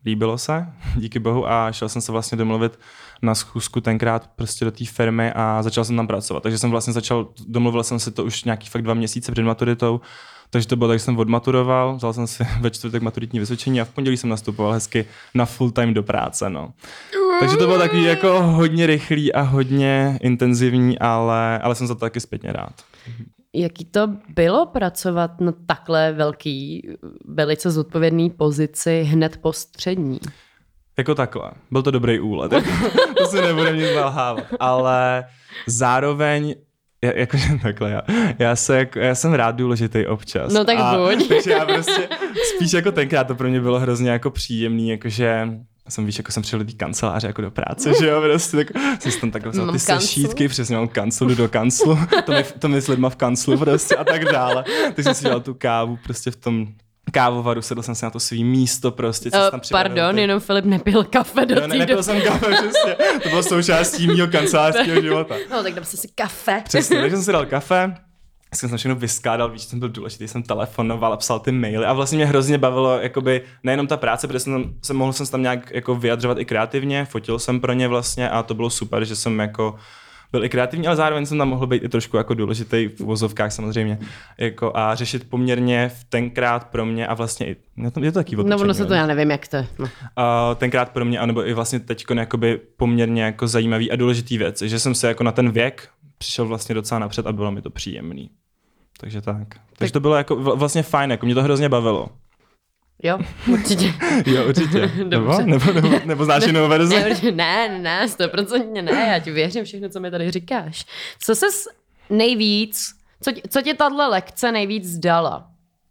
líbilo se, díky bohu, a šel jsem se vlastně domluvit na schůzku tenkrát prostě do té firmy a začal jsem tam pracovat. Takže jsem vlastně domluvil jsem si to už nějaký fakt 2 měsíce před maturitou, takže to bylo tak, že jsem odmaturoval, vzal jsem si ve čtvrtek maturitní vysvědčení a v pondělí jsem nastupoval hezky na full time do práce, no. Takže to bylo takový jako hodně rychlý a hodně intenzivní, ale jsem za to taky zpětně rád. Jaký to bylo pracovat na takhle velký, velice zodpovědný pozici hned po střední? Jako takhle. Byl to dobrý úlet. To si nebudem nic nalhávat. Ale zároveň jakože takhle, já jsem rád důležitý občas. No tak buď. Takže já prostě spíš jako tenkrát to pro mě bylo hrozně jako příjemný, jakože jsem přišel do té kanceláře jako do práce, že jo, prostě tak jsem tam takhle vzal ty sešítky, přesně mám kanclu, jdu do kanclu, to my s lidma v kanclu prostě a tak dále. Tak jsem si dělal tu kávu prostě v tom kávovaru, sedl jsem si na to svý místo prostě. Pardon, jenom Filip nepil kafe do té doby. Nepil jsem kafe, přesně. To bylo součástí mýho kancelářského života. No, tak dám si kafe. Přesně, takže jsem si dal kafe, jsem všechno vyskládal, víš, jsem byl důležitý, jsem telefonoval a psal ty maily a vlastně mě hrozně bavilo jakoby nejenom ta práce, protože mohl jsem tam nějak jako vyjadřovat i kreativně, fotil jsem pro ně vlastně a to bylo super, že jsem jako byl i kreativní, ale zároveň jsem tam mohl být i trošku jako důležitý v uvozovkách samozřejmě jako a řešit poměrně tenkrát pro mě a vlastně i, je to taky no ono se to já nevím, jak to no. Tenkrát pro mě, anebo i vlastně teďko jakoby poměrně jako zajímavý a důležitý věc, že jsem se jako na ten věk přišel vlastně docela napřed a bylo mi to příjemný. Takže tak. Takže to bylo jako vlastně fajn, jako mě to hrozně bavilo. Jo, určitě. Jo, určitě. Nebo znáš jinou verzi? Ne, 100% ne, já ti věřím všechno, co mi tady říkáš. Co ses nejvíc, co tě tahle lekce nejvíc dala?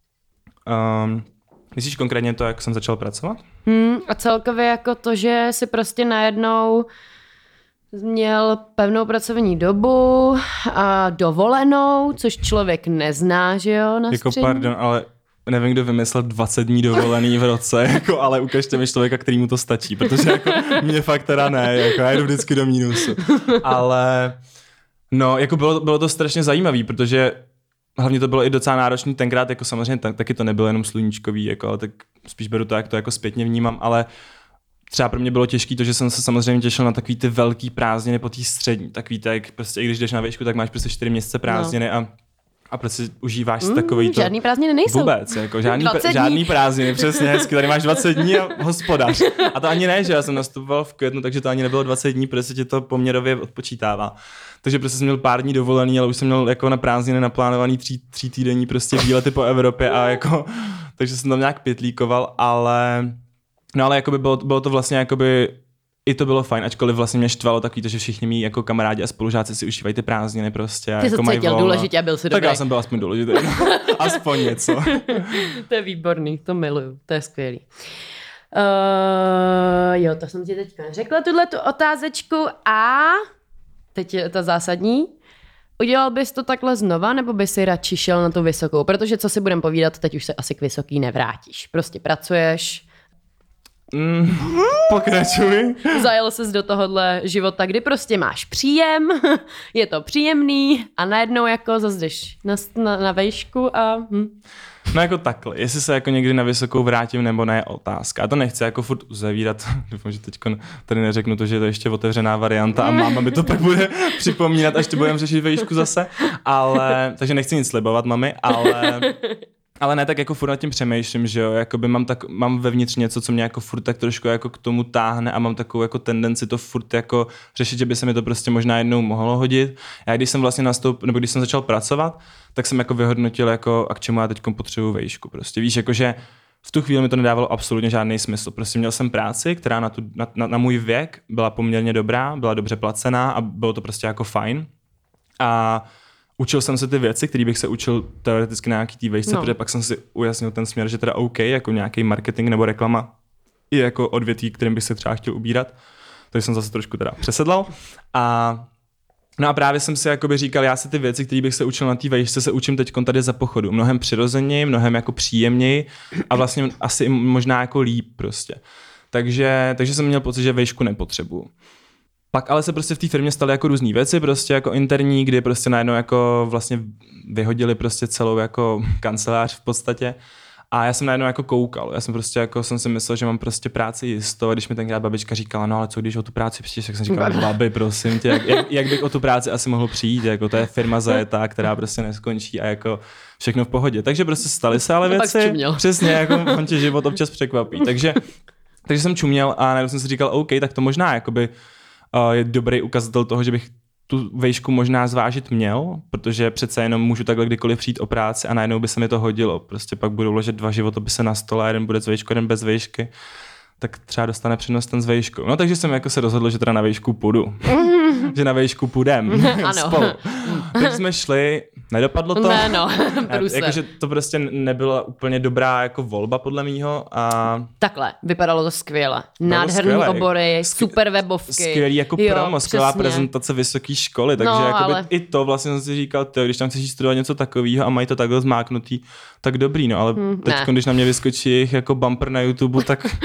Myslíš konkrétně to, jak jsem začal pracovat? A celkově jako to, že si prostě najednou měl pevnou pracovní dobu a dovolenou, což člověk nezná, že jo, na jako pardon, ale nevím, kdo vymyslel 20 dní dovolený v roce, jako, ale ukažte mi člověka, kterýmu to stačí, protože jako mě fakt teda ne, jako já jdu vždycky do mínusu. Ale no, jako bylo to strašně zajímavý, protože hlavně to bylo i docela náročný tenkrát, jako samozřejmě taky to nebylo jenom sluníčkový, jako, ale tak spíš beru to, jak to jako zpětně vnímám, ale třeba pro mě bylo těžké to, že jsem se samozřejmě těšil na takový ty velký prázdniny po té střední. Takový to, jak prostě i když jdeš na výšku, tak máš prostě 4 měsíce prázdniny a prostě užíváš si takový to. Žádný prázdniny nejsou. Vůbec, jako žádný prázdniny, přesně hezky. Tady máš 20 dní a hospodář. A to ani ne, že já jsem nastupoval v květnu, takže to ani nebylo 20 dní, protože ti to poměrově odpočítává. Takže prostě jsem měl pár dní dovolený, ale už jsem měl jako na prázdniny naplánovaný 3 týdenní prostě výlety po Evropě a jako, takže jsem tam nějak pětlíkoval, ale jakoby bylo to vlastně jakoby, i to bylo fajn, ačkoliv vlastně mě štvalo takový to, že všichni mý jako kamarádi a spolužáci si užívají ty prázdniny prostě. Ty jako se cítil důležitě a byl si dobrý. Tak já jsem byl aspoň důležitý. Aspoň něco. To je výborný, to miluju, to je skvělý. Jo, to jsem ti teďka řekla, tu otázečku a teď je ta zásadní. Udělal bys to takhle znova, nebo bys si radši šel na tu vysokou? Protože co si budem povídat, teď už se asi k vysoký nevrátíš. Prostě pracuješ. Pokračuj. Zajel ses do tohohle života, kdy prostě máš příjem, je to příjemný a najednou jako zase jdeš na vejšku a... No jako takhle, jestli se jako někdy na vysokou vrátím nebo ne, je otázka. A to nechci jako furt uzavírat, doufám, že teď tady neřeknu to, že je to ještě otevřená varianta a máma mi to pak bude připomínat, až to budeme řešit vejšku zase, takže nechci nic slibovat mami, ale ne, tak jako furt nad tím přemýšlím, že jo, jakoby mám vevnitř něco, co mě jako furt tak trošku jako k tomu táhne a mám takovou jako tendenci to furt jako řešit, že by se mi to prostě možná jednou mohlo hodit. Já když jsem vlastně když jsem začal pracovat, tak jsem jako vyhodnotil jako a k čemu já teď potřebuji vejšku prostě. Víš, jakože v tu chvíli mi to nedávalo absolutně žádný smysl. Prostě měl jsem práci, která na můj věk byla poměrně dobrá, byla dobře placená a bylo to prostě jako fajn. A učil jsem se ty věci, které bych se učil teoreticky na nějaký té vejšce, protože pak jsem si ujasnil ten směr, že teda OK, jako nějaký marketing nebo reklama i jako odvětví, kterým bych se třeba chtěl ubírat. Takže jsem zase trošku teda přesedlal. No a právě jsem si jakoby říkal, já se ty věci, které bych se učil na té vejšce, se učím teď tady za pochodu. Mnohem přirozeněji, mnohem jako příjemněji a vlastně asi možná jako líp prostě. Takže jsem měl pocit, že vejšku nepotřebuju. Pak ale se prostě v té firmě staly jako různý věci, prostě jako interní, kdy prostě najednou jako vlastně vyhodili prostě celou jako kancelář v podstatě A já jsem najednou jako koukal, já jsem prostě jako jsem si myslel, že mám prostě práci jistou, a když mi tenkrát babička říkala, no ale co když o tu práci přijdeš, tak jsem říkal, babi, prosím tě, jak bych o tu práci asi mohl přijít, jako to je firma zajetá, která prostě neskončí a jako všechno v pohodě. Takže prostě staly se ale věci, přesně, jako on tě život občas překvapí. Takže jsem čuměl a najednou jsem si říkal, OK, tak to možná jakoby je dobrý ukazatel toho, že bych tu vejšku možná zvážit měl, protože přece jenom můžu takhle kdykoliv přijít o práci a najednou by se mi to hodilo. Prostě pak budou ležet 2 životopisy na stole, jeden bude s vejškou, jeden bez vejšky, tak třeba dostane přednost ten s vejškou. No takže jsem jako se rozhodl, že teda na vejšku půjdu. Že na vejšku půjdem spolu. Teď jsme šli, nedopadlo to. Ne, no, jakože to prostě nebyla úplně dobrá jako volba podle mýho. A takhle, vypadalo to skvěle. Nádherný obory, super webovky. Skvělý jako promo, skvělá prezentace vysoké školy, takže ale i to vlastně jsem si říkal, když tam chceš studovat něco takového a mají to takhle zmáknutý, tak dobrý, no, ale teď, když na mě vyskočí jejich jako bumper na YouTube,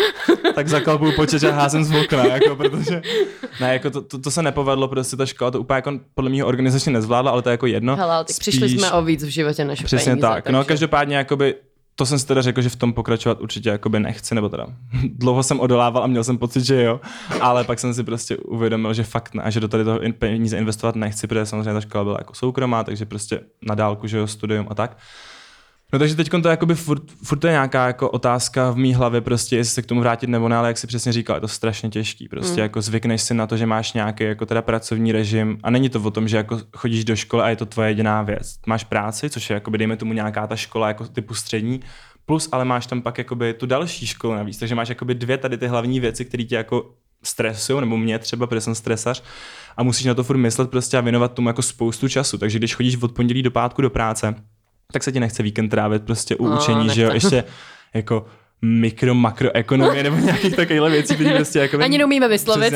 tak zakalpuju počet a házím z okna, jako, protože ne, jako to se nepovedlo, prostě ta škola to úplně jako podle mého organizačně nezvládla, ale to je jako jedno. Hele, tak přišli jsme o víc v životě než přesně peníze. Tak, takže... no každopádně jakoby to jsem si teda řekl, že v tom pokračovat určitě jakoby nechci, nebo teda dlouho jsem odolával a měl jsem pocit, že jo, ale pak jsem si prostě uvědomil, že fakt ne, a že do tady toho peníze investovat nechci, protože samozřejmě ta škola byla jako soukromá, takže prostě na dálku, že jo, studium a tak. No takže teď to jakoby furt je nějaká jako otázka v mý hlavě prostě, jestli se k tomu vrátit nebo ne, ale jak si přesně říkal, je to strašně těžký. Prostě jako zvykneš si na to, že máš nějaký jako teda pracovní režim a není to o tom, že jako chodíš do školy a je to tvoje jediná věc. Máš práci, což je jakoby dejme tomu nějaká ta škola jako typu střední, plus ale máš tam pak jakoby tu další školu navíc, takže máš jakoby 2 tady ty hlavní věci, které tě jako stresují, nebo mě třeba, protože jsem stresař a musíš na to furt myslet prostě a věnovat tomu jako spoustu času. Takže když chodíš od pondělí do pátku do práce, tak se ti nechce víkend trávit prostě u učení, že jo, ještě jako makroekonomie nebo nějakých takovýchhle věcí, které prostě jako ani neumíme vyslovit.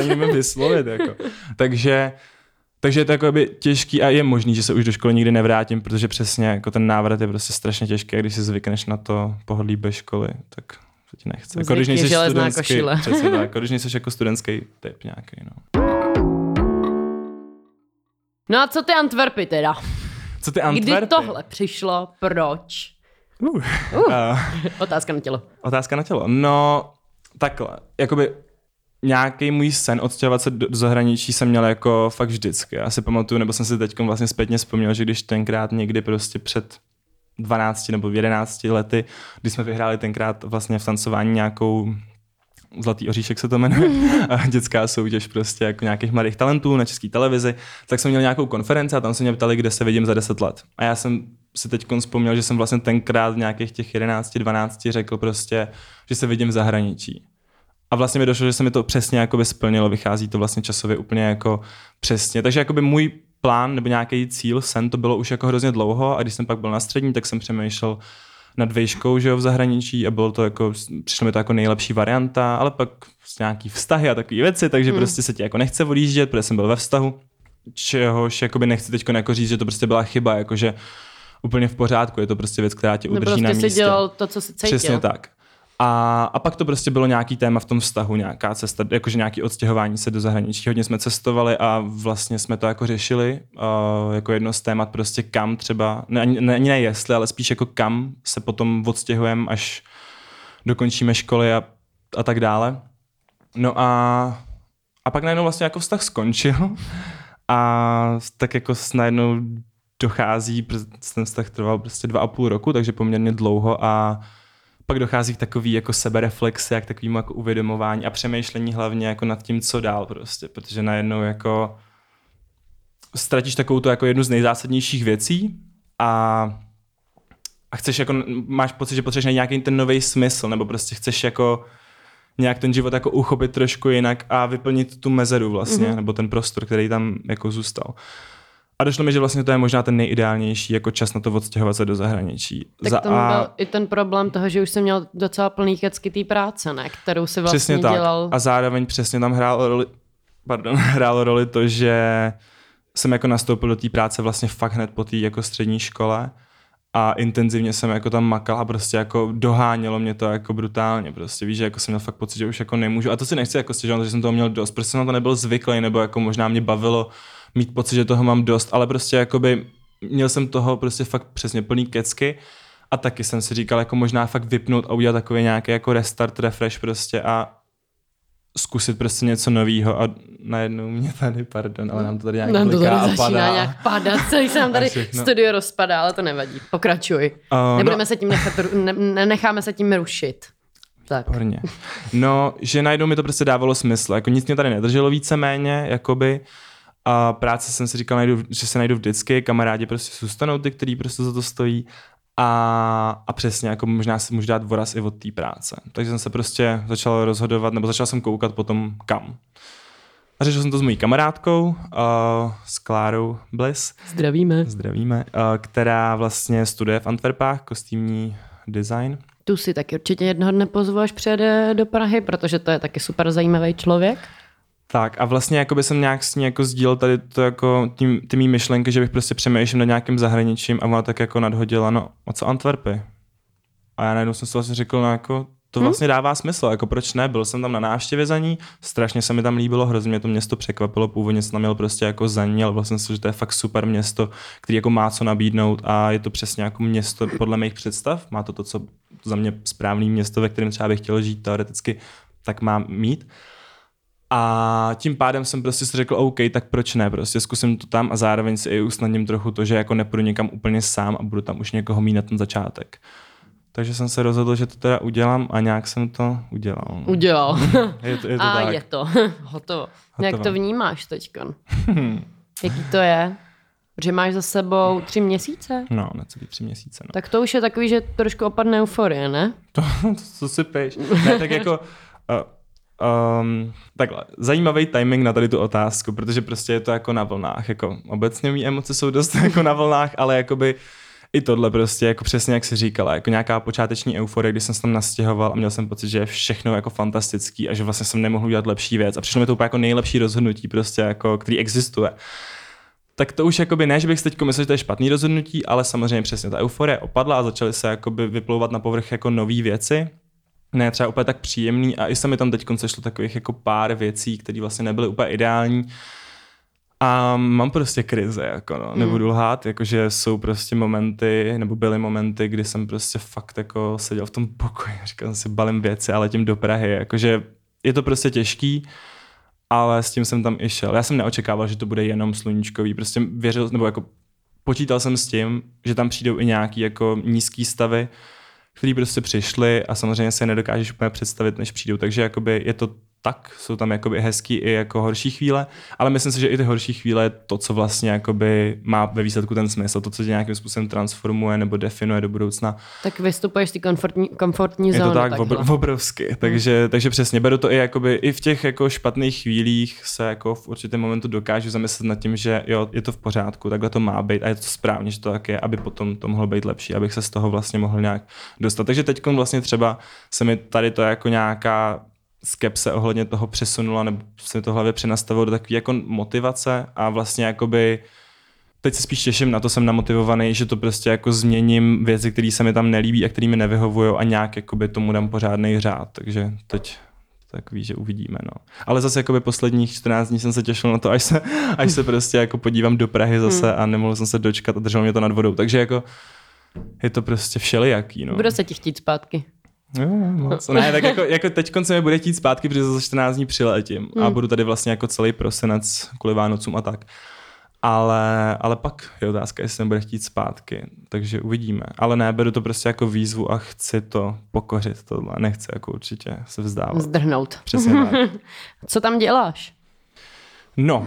Jako. Takže je to jako těžký a je možný, že se už do školy nikdy nevrátím, protože přesně jako ten návrat je prostě strašně těžký a když si zvykneš na to pohodlí bez školy, tak se ti nechce. Jako když nejsi studentský, přesně tak, jako když nejsi jako studentský typ nějaký, no. No a co ty Antwerpy teda? Co ty Antwerpy? Kdy tohle přišlo? Proč? Otázka na tělo. Otázka na tělo. No, takhle. Jakoby nějaký můj sen odstěhovat se do zahraničí jsem měl jako fakt vždycky. Já si pamatuju, nebo jsem si teď vlastně zpětně vzpomněl, že když tenkrát někdy prostě před 12 nebo 11 lety, když jsme vyhráli tenkrát vlastně v tancování nějakou Zlatý oříšek se to jmenuje, dětská soutěž prostě jako nějakých mladých talentů na České televizi, tak jsem měl nějakou konferenci a tam se mě ptali, kde se vidím za 10 let. A já jsem si teď vzpomněl, že jsem vlastně tenkrát v nějakých těch 11-12 řekl prostě, že se vidím v zahraničí. A vlastně mi došlo, že se mi to přesně jakoby splnilo, vychází to vlastně časově úplně jako přesně. Takže jakoby můj plán nebo nějaký cíl, sen, to bylo už jako hrozně dlouho a když jsem pak byl na střední, tak jsem přemýšlel nad vejškou, že jo, v zahraničí a bylo to jako, přišlo mi to jako nejlepší varianta, ale pak nějaký vztahy a takové věci, takže prostě se ti jako nechce odjíždět, protože jsem byl ve vztahu, čehož jakoby nechci teď jako říct, že to prostě byla chyba, jakože úplně v pořádku, je to prostě věc, která tě udrží na místě. Prostě si dělal to, co si cítil. Přesně tak. A pak to prostě bylo nějaký téma v tom vztahu, nějaká cesta, jakože nějaký odstěhování se do zahraničí. Hodně jsme cestovali a vlastně jsme to jako řešili jako jedno z témat prostě kam třeba, ne jestli, ale spíš jako kam se potom odstěhujeme, až dokončíme školy a tak dále. No a pak najednou vlastně jako vztah skončil a tak jako najednou dochází, ten vztah trval prostě 2,5 roku, takže poměrně dlouho a pak dochází k takový jako sebereflexi a k takovému jako uvědomování a přemýšlení hlavně jako nad tím, co dál prostě, protože najednou jako ztratíš takovou to jako jednu z nejzásadnějších věcí a chceš jako, máš pocit, že potřebuješ najít nějaký ten nový smysl, nebo prostě chceš jako nějak ten život jako uchopit trošku jinak a vyplnit tu mezeru vlastně, nebo ten prostor, který tam jako zůstal. A došlo mi, že vlastně to je možná ten nejideálnější jako čas na to odstěhovat se do zahraničí. Tak tam byl i ten problém toho, že už jsem měl docela plný kecky té práce, ne? Kterou si vlastně přesně dělal. Tak. A zároveň přesně tam hrálo roli to, že jsem jako nastoupil do té práce vlastně fakt hned po té jako střední škole a intenzivně jsem jako tam makal a prostě jako dohánělo mě to jako brutálně. Prostě víš, že jako jsem měl fakt pocit, že už jako nemůžu. A to si nechci jako stěžovat, že jsem toho měl dost. Prostě jsem na to nebyl zvyklý, nebo jako možná mě bavilo mít pocit, že toho mám dost, ale prostě jakoby měl jsem toho prostě fakt přesně plný kecky A taky jsem si říkal, jako možná fakt vypnout a udělat takový nějaký jako restart, refresh prostě a zkusit prostě něco novýho a najednou mě tady, pardon, ale nám to tady nějak bliká a padá. Nějak padat, celý se nám tady studio rozpadá, ale to nevadí. Pokračuj. Nebudeme se tím necháme se tím rušit. Tak. Horně. No, že najednou mi to prostě dávalo smysl. Jako nic mě tady nedrželo víceméně, jakoby. A práce jsem si říkal, že se najdu vždycky, kamarádi prostě zůstanou ty, kteří prostě za to stojí. A přesně, jako možná si můžu dát voraz i od té práce. Takže jsem se prostě začal rozhodovat, nebo začal jsem koukat potom kam. A řešil jsem to s mojí kamarádkou, s Klárou Bliss. Zdravíme. Která vlastně studuje v Antwerpách kostýmní design. Tu si taky určitě jednoho dne pozvu, až přijede do Prahy, protože to je taky super zajímavý člověk. Tak a vlastně jakoby jsem nějak s ní jako sdílel tady to jako ty mý myšlenky, že bych prostě přemýšlel nad nějakým zahraničím a ona tak jako nadhodila, no a co Antwerpy? A já najednou jsem si vlastně řekl, no jako to vlastně dává smysl, jako proč ne, byl jsem tam na návštěvě za ní, strašně se mi tam líbilo, hrozně mě to město překvapilo, původně jsem tam měl prostě jako za ní, ale vlastně si, že to je fakt super město, který jako má co nabídnout a je to přesně jako město podle mých představ, má to, co za mě správný město, ve kterém třeba bych chtěl žít teoreticky, tak mám mít. A tím pádem jsem prostě si řekl, OK, tak proč ne, prostě zkusím to tam a zároveň si i usnadním trochu to, že jako nepůjdu někam úplně sám a budu tam už někoho mít na ten začátek. Takže jsem se rozhodl, že to teda udělám a nějak jsem to udělal. Udělal. je to a tak. Je to. Hotovo. Jak to vnímáš teďkon? Jaký to je? Protože máš za sebou 3 měsíce? No, necelý 3 měsíce. No. Tak to už je takový, že trošku opadne euforie, ne? To si pejš. Ne, tak jako... takhle, zajímavý timing na tady tu otázku, protože prostě je to jako na vlnách, jako obecně mý emoce jsou dost jako na vlnách, ale jakoby i tohle prostě, jako přesně jak jsi říkala, jako nějaká počáteční euforie, když jsem se tam nastěhoval a měl jsem pocit, že je všechno jako fantastický a že vlastně jsem nemohl udělat lepší věc a přišlo mi to úplně jako nejlepší rozhodnutí prostě jako, který existuje. Tak to už jakoby ne, že bych si teď myslel, že to je špatný rozhodnutí, ale samozřejmě přesně ta euforie opadla a začaly se jakoby vyplouvat na povrch jako nový věci. Ne třeba úplně tak příjemný a i se mi tam teď sešlo takových jako pár věcí, které vlastně nebyly úplně ideální. A mám prostě krize, jako no, nebudu lhát, jakože jsou prostě momenty, nebo byly momenty, kdy jsem prostě fakt jako seděl v tom pokoji, říkal jsem si balím věci a letím do Prahy, jakože je to prostě těžký, ale s tím jsem tam i šel. Já jsem neočekával, že to bude jenom sluníčkový, prostě věřil, nebo jako počítal jsem s tím, že tam přijdou i nějaký jako nízký stavy, který prostě přišli a samozřejmě se nedokážeš úplně představit, než přijdou, takže jakoby je to tak, jsou tam jakoby hezký i jako horší chvíle, ale myslím si, že i ty horší chvíle je to, co vlastně jakoby má ve výsledku ten smysl, to, co tě nějakým způsobem transformuje nebo definuje do budoucna. Tak vystupuješ z té komfortní zóny. Je to tak obrovsky, takže přesně, beru to i jakoby i v těch jako špatných chvílích se jako v určitém momentu dokážu zamyslet nad tím, že jo, je to v pořádku, takhle to má být a je to správně, že to tak je, aby potom to mohlo být lepší, abych se z toho vlastně mohl nějak dostat. Takže teď vlastně třeba se mi tady to jako nějaká skepse ohledně toho přesunula, nebo se to hlavě přenastavilo do takové jako motivace a vlastně jakoby teď se spíš těším na to, jsem namotivovaný, že to prostě jako změním věci, které se mi tam nelíbí a které mi nevyhovují a nějak jakoby tomu dám pořádnej řád, takže teď takový, že uvidíme, no. Ale zase jakoby posledních 14 dní jsem se těšil na to, až se prostě jako podívám do Prahy zase a nemohl jsem se dočkat a držel mě to nad vodou, takže jako je to prostě všelijaký, no. Bude se ti chtít zpátky. Jo, moc. Ne, tak jako teď se mi bude chtít zpátky, protože za 14 dní přiletím a budu tady vlastně jako celý prosinec kvůli Vánocům a tak. Ale pak je otázka, jestli se mi bude chtít zpátky, takže uvidíme. Ale ne, beru to prostě jako výzvu a chci to pokořit tohle, nechci jako určitě se vzdávat. Zdrhnout. Přesně tak. Co tam děláš? No,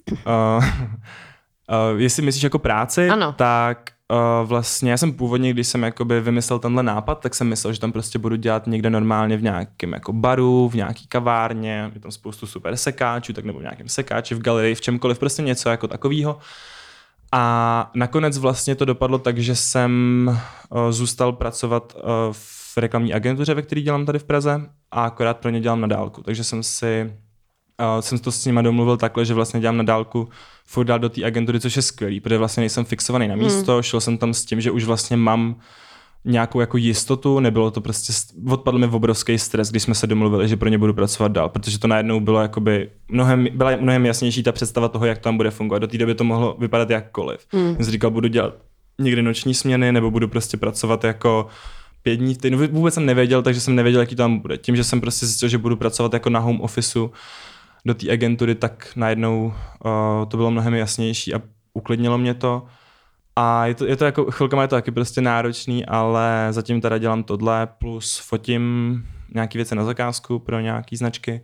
jestli myslíš jako práci, ano. Tak vlastně já jsem původně, když jsem jakoby vymyslel tenhle nápad, tak jsem myslel, že tam prostě budu dělat někde normálně v nějakém jako baru, v nějaký kavárně, je tam spoustu super sekáčů, tak nebo v nějakém sekáči, v galerii, v čemkoliv, prostě něco jako takového. A nakonec vlastně to dopadlo tak, že jsem zůstal pracovat v reklamní agentuře, ve které dělám tady v Praze a akorát pro ně dělám na dálku, takže jsem to s nima domluvil takhle, že vlastně dělám na dálku furt dál do té agentury, což je skvělý, protože vlastně nejsem fixovaný na místo, šel jsem tam s tím, že už vlastně mám nějakou jako jistotu, nebylo to prostě, odpadl mi obrovský stres, když jsme se domluvili, že pro ně budu pracovat dál, protože to najednou bylo jakoby byla mnohem jasnější ta představa toho, jak to tam bude fungovat. Do té doby to mohlo vypadat jakkoliv. Jsem si říkal, budu dělat někdy noční směny, nebo budu prostě pracovat jako 5 dní v týdnu. Vůbec jsem nevěděl, takže jsem nevěděl, jaký to tam bude. Tím, že jsem prostě zjistil, že budu pracovat jako na home officeu do té agentury, tak najednou to bylo mnohem jasnější a uklidnilo mě to. A je to jako, chvilkama je to taky prostě náročný, ale zatím teda dělám tohle, plus fotím nějaký věci na zakázku pro nějaký značky.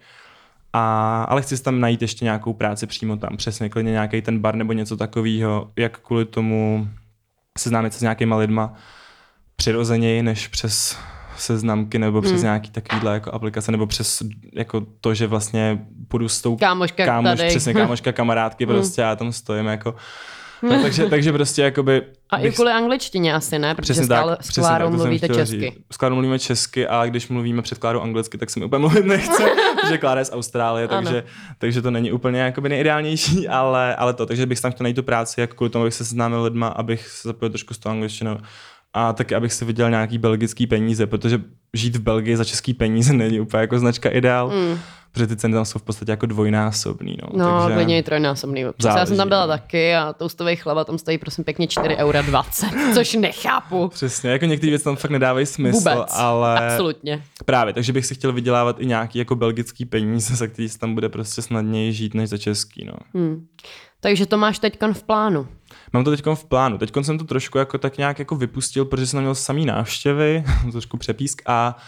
Ale chci si tam najít ještě nějakou práci přímo tam, přesně klidně nějaký ten bar nebo něco takového, jak kvůli tomu seznámit se s nějakýma lidma přirozeněji, než přes seznamky nebo přes nějaký takovýhle jako aplikace, nebo přes jako to, že vlastně půjdu s tou kámoška kamarádky prostě a tam stojím jako. No, takže prostě jakoby... A i kvůli angličtině asi, ne? Protože s Klárou mluvíte česky. S Klárou mluvíme česky a když mluvíme před Klárou anglicky, tak se mi úplně mluvit nechce, protože Klára je z Austrálie, takže to není úplně jakoby nejideálnější, ale to. Takže bych tam chtěl najít tu práci, jak kvůli tomu, abych se seznámil lidma, abych se zapojil trošku s tou angličtinou a taky abych si viděl nějaký belgický peníze, protože žít v Belgii za český peníze není úplně jako značka ideál. Protože ty ceny tam jsou v podstatě jako dvojnásobný. No, klidně i trojnásobný. Já jsem tam byla taky a toastový chleba tam stojí prosím pěkně 4,20 €, což nechápu. Přesně, jako některé věci tam fakt nedávají smysl. Vůbec, ale absolutně. Právě, takže bych si chtěl vydělávat i nějaký jako belgický peníze, za který se tam bude prostě snadněji žít než za český. Takže to máš teďkon v plánu? Mám to teďkon v plánu. Teďkon jsem to trošku jako tak nějak jako vypustil, protože jsem měl samý návštěvy, trošku přepísk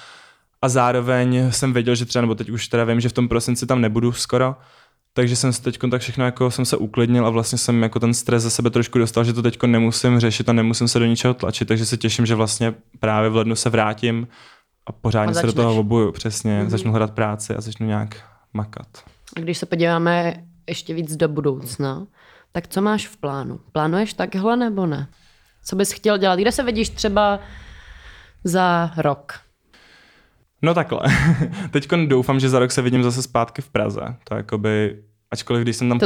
a zároveň jsem věděl, že třeba, nebo teď už teda vím, že v tom prosinci tam nebudu skoro, takže jsem se teďkon tak všechno jako jsem se uklidnil a vlastně jsem jako ten stres ze sebe trošku dostal, že to teďkon nemusím řešit a nemusím se do ničeho tlačit, takže se těším, že vlastně právě v lednu se vrátím a pořádně se do toho obuju, přesně, začnu hledat práci a začnu nějak makat. A když se podíváme ještě víc do budoucna, tak co máš v plánu? Plánuješ takhle nebo ne? Co bys chtěl dělat? Kde se vidíš třeba za rok? No takhle. Teďko doufám, že za rok se vidím zase zpátky v Praze. To jakoby, ačkoliv když jsem tam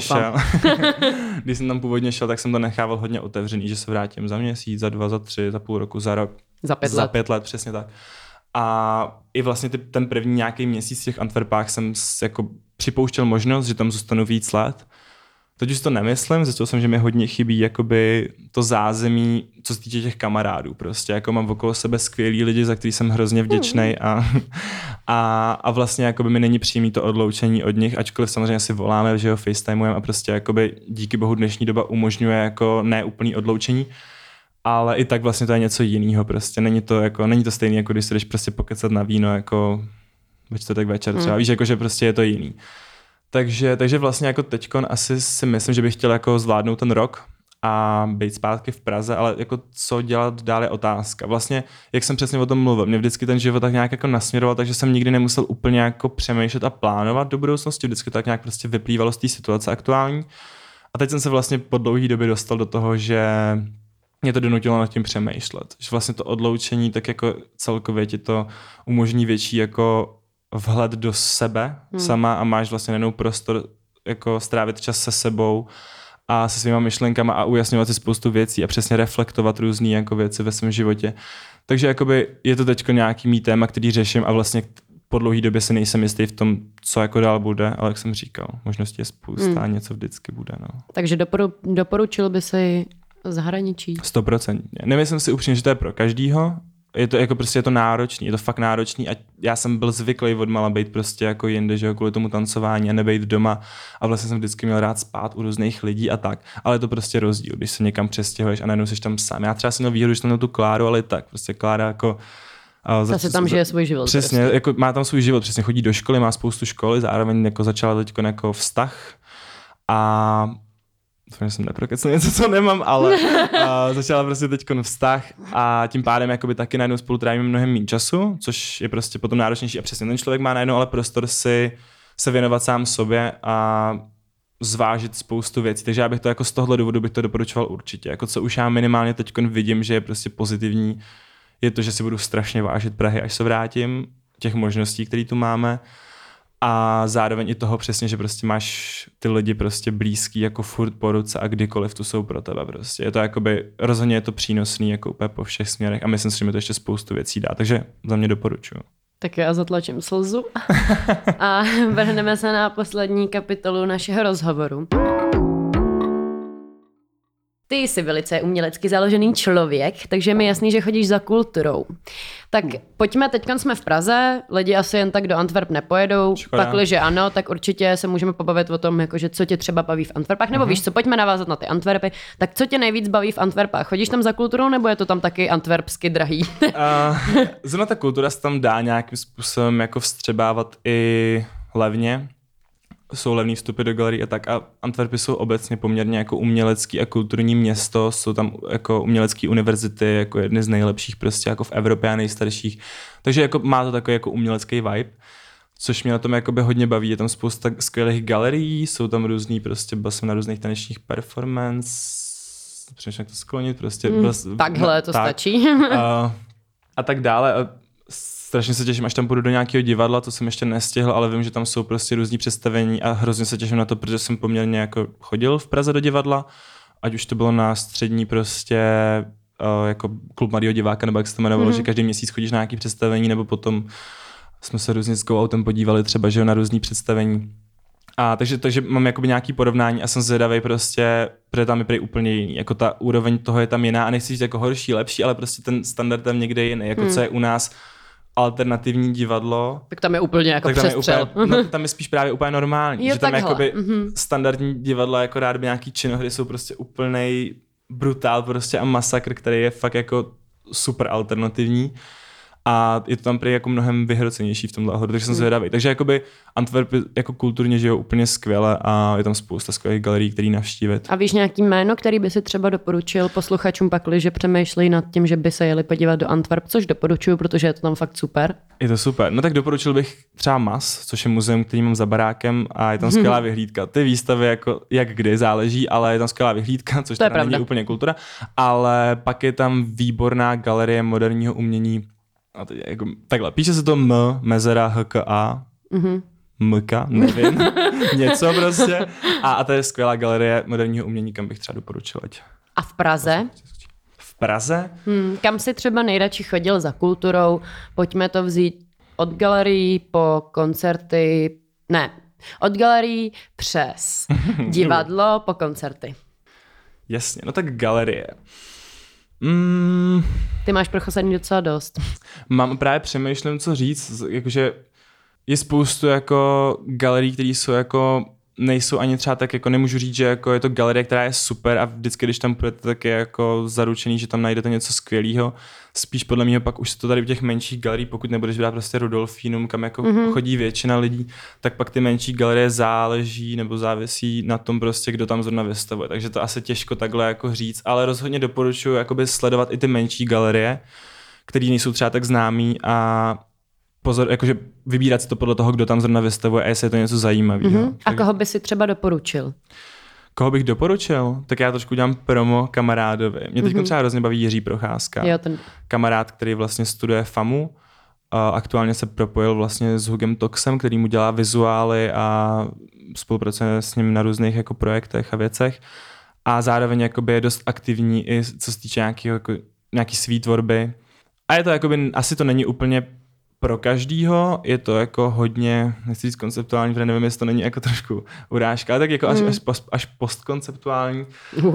původně šel, tak jsem to nechával hodně otevřený, že se vrátím za měsíc, za 2, za 3, za půl roku, za rok. Za 5 let, přesně tak. A i vlastně ten první nějaký měsíc v těch Antwerpách jsem jako připouštěl možnost, že tam zůstanu víc let. Teď už to nemyslím, zjistil jsem, že mi hodně chybí jakoby to zázemí, co se týče těch kamarádů. Prostě jako mám okolo sebe skvělý lidi, za který jsem hrozně vděčnej a vlastně jakoby mi není příjemný to odloučení od nich, ačkoliv samozřejmě si voláme, že ho FaceTimujeme a prostě jakoby díky bohu dnešní doba umožňuje jako neúplný odloučení, ale i tak vlastně to je něco jiného prostě. Není to stejné, jako když se jdeš prostě pokecat na víno jako večer třeba. Víš, jako, že prostě je to jiný. Takže vlastně jako teďkon asi si myslím, že bych chtěl jako zvládnout ten rok a být zpátky v Praze, ale jako co dělat dál je otázka. Vlastně, jak jsem přesně o tom mluvil, mě vždycky ten život tak nějak jako nasměroval, takže jsem nikdy nemusel úplně jako přemýšlet a plánovat do budoucnosti, vždycky tak nějak prostě vyplývalo z té situace aktuální. A teď jsem se vlastně po dlouhé době dostal do toho, že mě to donutilo nad tím přemýšlet. Že vlastně to odloučení tak jako celkově ti to umožní větší jako vhled do sebe sama a máš vlastně nejenom prostor jako strávit čas se sebou a se svýma myšlenkama a ujasňovat si spoustu věcí a přesně reflektovat různý jako věci ve svém životě. Takže jakoby je to teďko nějaký mý téma, který řeším a vlastně po dlouhé době si nejsem jistý v tom, co jako dál bude, ale jak jsem říkal, možností je spousta a něco vždycky bude. No. Takže doporučil by si zahraničí? 100%. Nemyslím si upřímně, že to je pro každýho. Je to jako prostě je to náročný, je to fakt náročný a já jsem byl zvyklý odmala být prostě jako jinde, že jo, kvůli tomu tancování a nebejt doma a vlastně jsem vždycky měl rád spát u různých lidí a tak, ale je to prostě rozdíl, když se někam přestěhuješ a najednou jsi tam sám. Já třeba jsem měl výhodu, že jsem měl tu Kláru, ale tak, prostě Klára jako zase tam žije svůj život. Přesně, prostě. Jako má tam svůj život, přesně chodí do školy, má spoustu školy, zároveň jako začala teďko jako vztah a doufám, že jsem neprokecl něco, co nemám, ale začala prostě teďkon vztah a tím pádem jakoby taky najednou spolu trávíme mnohem méně času, což je prostě potom náročnější a přesně ten člověk má najednou ale prostor si se věnovat sám sobě a zvážit spoustu věcí, takže já bych to jako z tohle důvodu bych to doporučoval určitě, jako co už já minimálně teďkon vidím, že je prostě pozitivní, je to, že si budu strašně vážit Prahy, až se vrátím, těch možností, které tu máme. A zároveň i toho přesně, že prostě máš ty lidi prostě blízký jako furt po ruce a kdykoliv tu jsou pro tebe prostě. Je to jakoby, rozhodně je to přínosný jako úplně po všech směrech a myslím si, že mi to ještě spoustu věcí dá, takže za mě doporučuji. Tak já zatlačím slzu a vrhneme se na poslední kapitolu našeho rozhovoru. ty jsi velice umělecky založený člověk, takže je mi jasný, že chodíš za kulturou. Tak pojďme, teďka jsme v Praze, lidi asi jen tak do Antwerp nepojedou, pakliže ano, tak určitě se můžeme pobavit o tom, jakože co tě třeba baví v Antwerpách, nebo víš co, pojďme navázat na ty Antwerpy. Tak co tě nejvíc baví v Antwerpách? Chodíš tam za kulturou, nebo je to tam taky antwerpsky drahý? Zrovna ta kultura se tam dá nějakým způsobem jako vstřebávat i levně. Jsou levný vstupy do galerii a tak. A Antwerpy jsou obecně poměrně jako umělecký a kulturní město. Jsou tam jako umělecké univerzity, jako jedny z nejlepších prostě jako v Evropě a nejstarších. Takže jako má to takový jako umělecký vibe, což mě na tom jakoby hodně baví. Je tam spousta skvělých galerií, jsou tam různý prostě, byl jsem na různých tanečních performance, přemýšlím, jak to sklonit prostě. Takhle to stačí. A tak dále. Strašně se těším, až tam půjdu do nějakého divadla, to jsem ještě nestihl, ale vím, že tam jsou prostě různý představení a hrozně se těším na to, protože jsem poměrně jako chodil v Praze do divadla, ať už to bylo na střední prostě jako klub mladého diváka, nebo jak se to jmenovalo, že každý měsíc chodíš na nějaké představení, nebo potom jsme se různě s Go-Outem podívali třeba, že na různý představení. A takže mám jakoby nějaký porovnání a jsem zvědavej prostě, protože tam je prý úplně jiný, jako ta úroveň toho je tam jiná a nechci říct jako horší, lepší, ale prostě ten standard tam někde jiný, jako co je u nás alternativní divadlo. Tak tam je úplně jako přestřel. Tam je spíš právě úplně normální, že tam jakoby standardní divadla, jako rád by nějaký činohry jsou prostě úplnej brutál prostě a masakr, který je fakt jako super alternativní. A je to tam prý jako mnohem vyhrocenější v tomhle ohledu, takže jsem zvědavý. Takže jakoby Antwerpy jako kulturně žijou úplně skvěle a je tam spousta skvělých galerií, který navštívit. A víš nějaký jméno, který by si třeba doporučil posluchačům pakli, že přemýšlejí nad tím, že by se jeli podívat do Antwerp, což doporučuju, protože je to tam fakt super. Je to super. No tak doporučil bych třeba MAS, což je muzeum, který mám za barákem a je tam skvělá vyhlídka. Ty výstavy jako jak kdy záleží, ale je tam skvělá vyhlídka, což teda není úplně kultura, ale pak je tam výborná galerie moderního umění. A teď jako, takhle, píše se to mezera HKA, MK, nevím, něco prostě. A to je skvělá galerie moderního umění, kam bych třeba doporučil. A v Praze? V Praze? Kam jsi třeba nejradši chodil za kulturou? Pojďme to vzít od galerií po koncerty, od galerií přes divadlo po koncerty. Jasně, no tak galerie. Ty máš prochozený docela dost. Právě přemýšlím, co říct, jakože je spoustu jako galerií, které jsou jako nejsou ani třeba tak, jako nemůžu říct, že jako je to galerie, která je super a vždycky, když tam půjdete, tak je jako zaručený, že tam najdete něco skvělého. Spíš podle mě pak už se to tady u těch menších galerií, pokud nebudeš brát prostě Rudolfínum, kam jako chodí většina lidí, tak pak ty menší galerie záleží nebo závisí na tom prostě, kdo tam zrovna vystavuje. Takže to asi těžko takhle jako říct, ale rozhodně doporučuji jakoby sledovat i ty menší galerie, které nejsou třeba tak známý a pozor, jakože vybírat si to podle toho, kdo tam zrovna vystavuje a jestli je to něco zajímavého. A koho by si třeba doporučil? Koho bych doporučil? Tak já trošku dělám promo kamarádovi. Mě teď třeba hrozně baví Jiří Procházka. Kamarád, který vlastně studuje FAMu. Aktuálně se propojil vlastně s Hugem Toxem, který mu dělá vizuály a spolupracuje s ním na různých jako projektech a věcech. A zároveň jakoby je dost aktivní i co se týče nějaký svý tvorby. A je to jakoby, asi to není úplně pro každýho, je to jako hodně, nechci říct konceptuální, protože nevím, jestli to není jako trošku urážka, ale tak jako až postkonceptuální.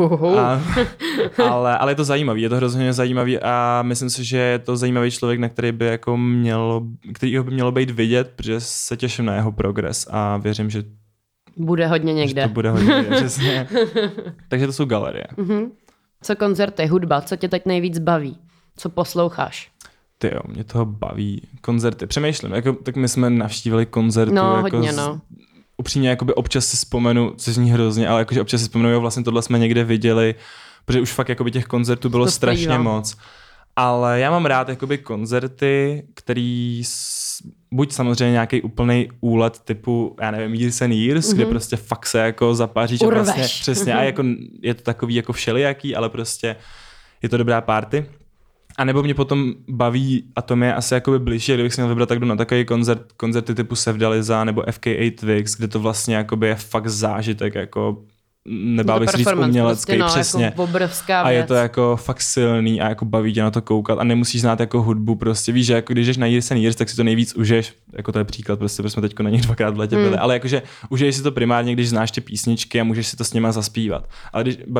Ale je to zajímavý, je to hrozně zajímavý a myslím si, že je to zajímavý člověk, na který by jako kterýho by mělo být vidět, protože se těším na jeho progres a věřím, že bude hodně někde. Že to bude hodně, přesně. Takže to jsou galerie. Co koncerty, hudba, co tě teď nejvíc baví? Co posloucháš? Tyjo, mě toho baví koncerty. Přemýšlím, jako, tak my jsme navštívili koncertu. No, jako hodně, no. Upřímně, jakoby občas si vzpomenu, což zní hrozně, ale jakože občas si vzpomenu, jo, vlastně tohle jsme někde viděli, protože už fakt jakoby těch koncertů bylo strašně moc. Ale já mám rád jakoby koncerty, který buď samozřejmě nějaký úplný úlet typu, já nevím, Years and Years, kde prostě fakt se jako zapáříš. Vlastně, přesně, a jako je to takový jako všelijaký, ale prostě je to dobrá party. A nebo mě potom baví, a to mi je asi jakoby blížší, kdybych si měl vybrat, tak jdu na takový koncerty typu Sevdaliza nebo FKA Twigs, kde to vlastně jakoby je fakt zážitek, jako nebál bych si říct umělecký, prostě, přesně. Jako obrovská a je to jako fakt silný a jako baví tě na to koukat a nemusíš znát jako hudbu, prostě víš, že jako když jdeš na Years and Years, tak si to nejvíc užiješ, jako to je příklad, prostě, protože jsme teďko na nich 2krát v letě byli, ale jakože užiješ si to primárně, když znáš ty písničky a můžeš si to s nima zaspívat. Ale když baví mě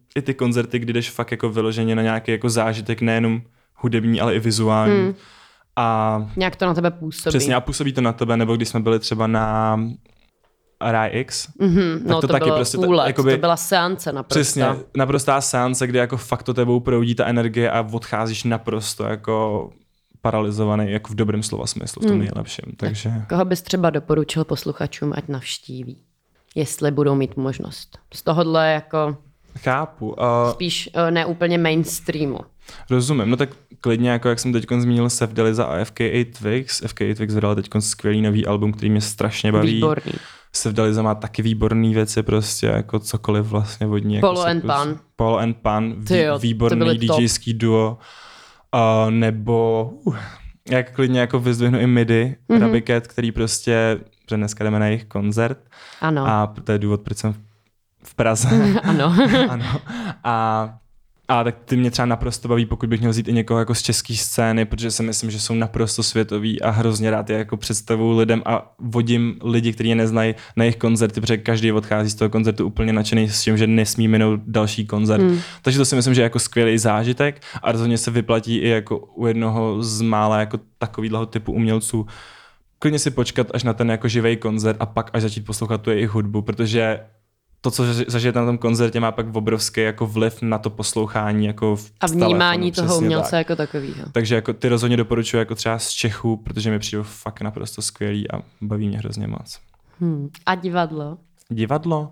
i ty koncerty, kdy jdeš fakt jako vyloženě na nějaký jako zážitek, nejenom hudební, ale i vizuální. A nějak to na tebe působí. Přesně, a působí to na tebe, nebo když jsme byli třeba na RIX. No to taky bylo prostě úlet, jakoby, to byla seance naprosto. Přesně, naprostá seance, kde jako fakt to tebou proudí ta energie a odcházíš naprosto jako paralizovaný, jako v dobrém slova smyslu, v tom nejlepším. Takže... Koho bys třeba doporučil posluchačům, ať navštíví, jestli budou mít možnost? Z tohohle jako... Chápu. Spíš ne úplně mainstreamu. Rozumím, no tak klidně, jako jak jsem teď zmínil Sevdaliza a FKA Twigs. FKA Twigs vydal teď skvělý nový album, který mě strašně baví. Výborný. Sevdaliza má taky výborný věci, prostě jako cokoliv vlastně vodní. Polo and Pan. Polo and Pan, výborný DJský duo. Nebo jak klidně jako vyzdvihnu i Midi, Rabbi Cat, který prostě, že dneska jdeme na jejich koncert. Ano. A to je důvod, proč jsem v Praze. Ano. Ano. A tak ty mě třeba naprosto baví, pokud bych měl vzít i někoho jako z české scény, protože si myslím, že jsou naprosto světoví a hrozně rád je jako představuju lidem a vodím lidi, kteří je neznají na jejich koncerty, protože každý odchází z toho koncertu úplně nadšený s tím, že nesmí minout další koncert. Takže to si myslím, že je jako skvělý zážitek a rozhodně se vyplatí i jako u jednoho z mála jako takovýhleho typu umělců klidně si počkat až na ten jako živý koncert a pak až začít poslouchat tu jejich hudbu, protože to, co zažijete na tom koncertě, má pak obrovský jako vliv na to poslouchání jako a vnímání toho umělce jako takovýho. Takže jako ty rozhodně doporučuji jako třeba z Čechů, protože mi přijdou fakt naprosto skvělý a baví mě hrozně moc. A divadlo? Divadlo?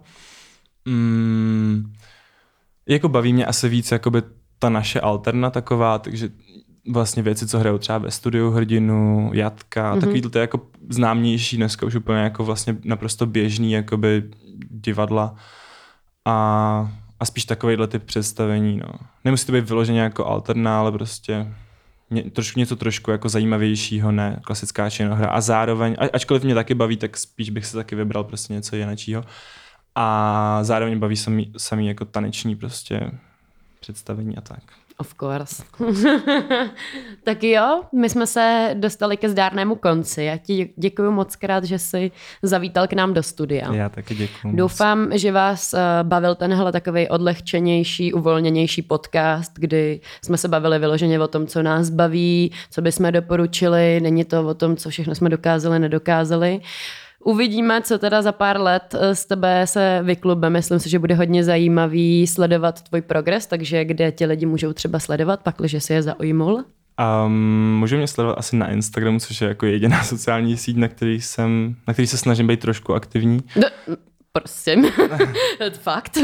Jako baví mě asi víc jakoby ta naše alterna taková, takže vlastně věci, co hrajou třeba ve Studiu Hrdinu, Jatka, takový to je jako známější dneska už úplně jako vlastně naprosto běžný jakoby divadla a spíš takovýhle typ představení, no. Nemusí to být vyloženě jako alterná, ale prostě něco trošku jako zajímavější, ne klasická činohra a zároveň, ačkoliv mě taky baví, tak spíš bych se taky vybral prostě něco jinečího a zároveň baví samý jako taneční prostě představení a tak. Of course. Tak jo, my jsme se dostali ke zdárnému konci. Já ti děkuji moc krát, že jsi zavítal k nám do studia. Já taky děkuji. Doufám, že vás bavil tenhle takovej odlehčenější, uvolněnější podcast, kdy jsme se bavili vyloženě o tom, co nás baví, co bychom doporučili. Není to o tom, co všechno jsme dokázali, nedokázali. Uvidíme, co teda za pár let z tebe se vyklube. Myslím si, že bude hodně zajímavý sledovat tvůj progres, takže kde ti lidi můžou třeba sledovat, pakliže si je zaujmul? Můžu mě sledovat asi na Instagramu, což je jako jediná sociální síť, na který se snažím být trošku aktivní. Prosím, fakt.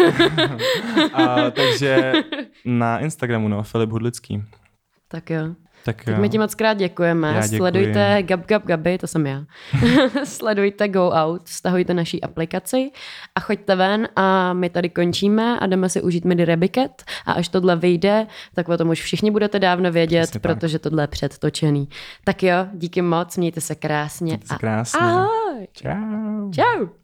Takže na Instagramu, no, Filip Hudlický. Tak jo. Tak my ti moc krát děkujeme. Sledujte Gabi, to jsem já. Sledujte Go Out, stahujte naší aplikaci a choďte ven a my tady končíme a jdeme si užít Midi Rabbi Cat a až tohle vyjde, tak o tom už všichni budete dávno vědět, přesně protože tohle je předtočený. Tak jo, díky moc, mějte se krásně. Mějte se krásně. Ahoj. Čau. Čau.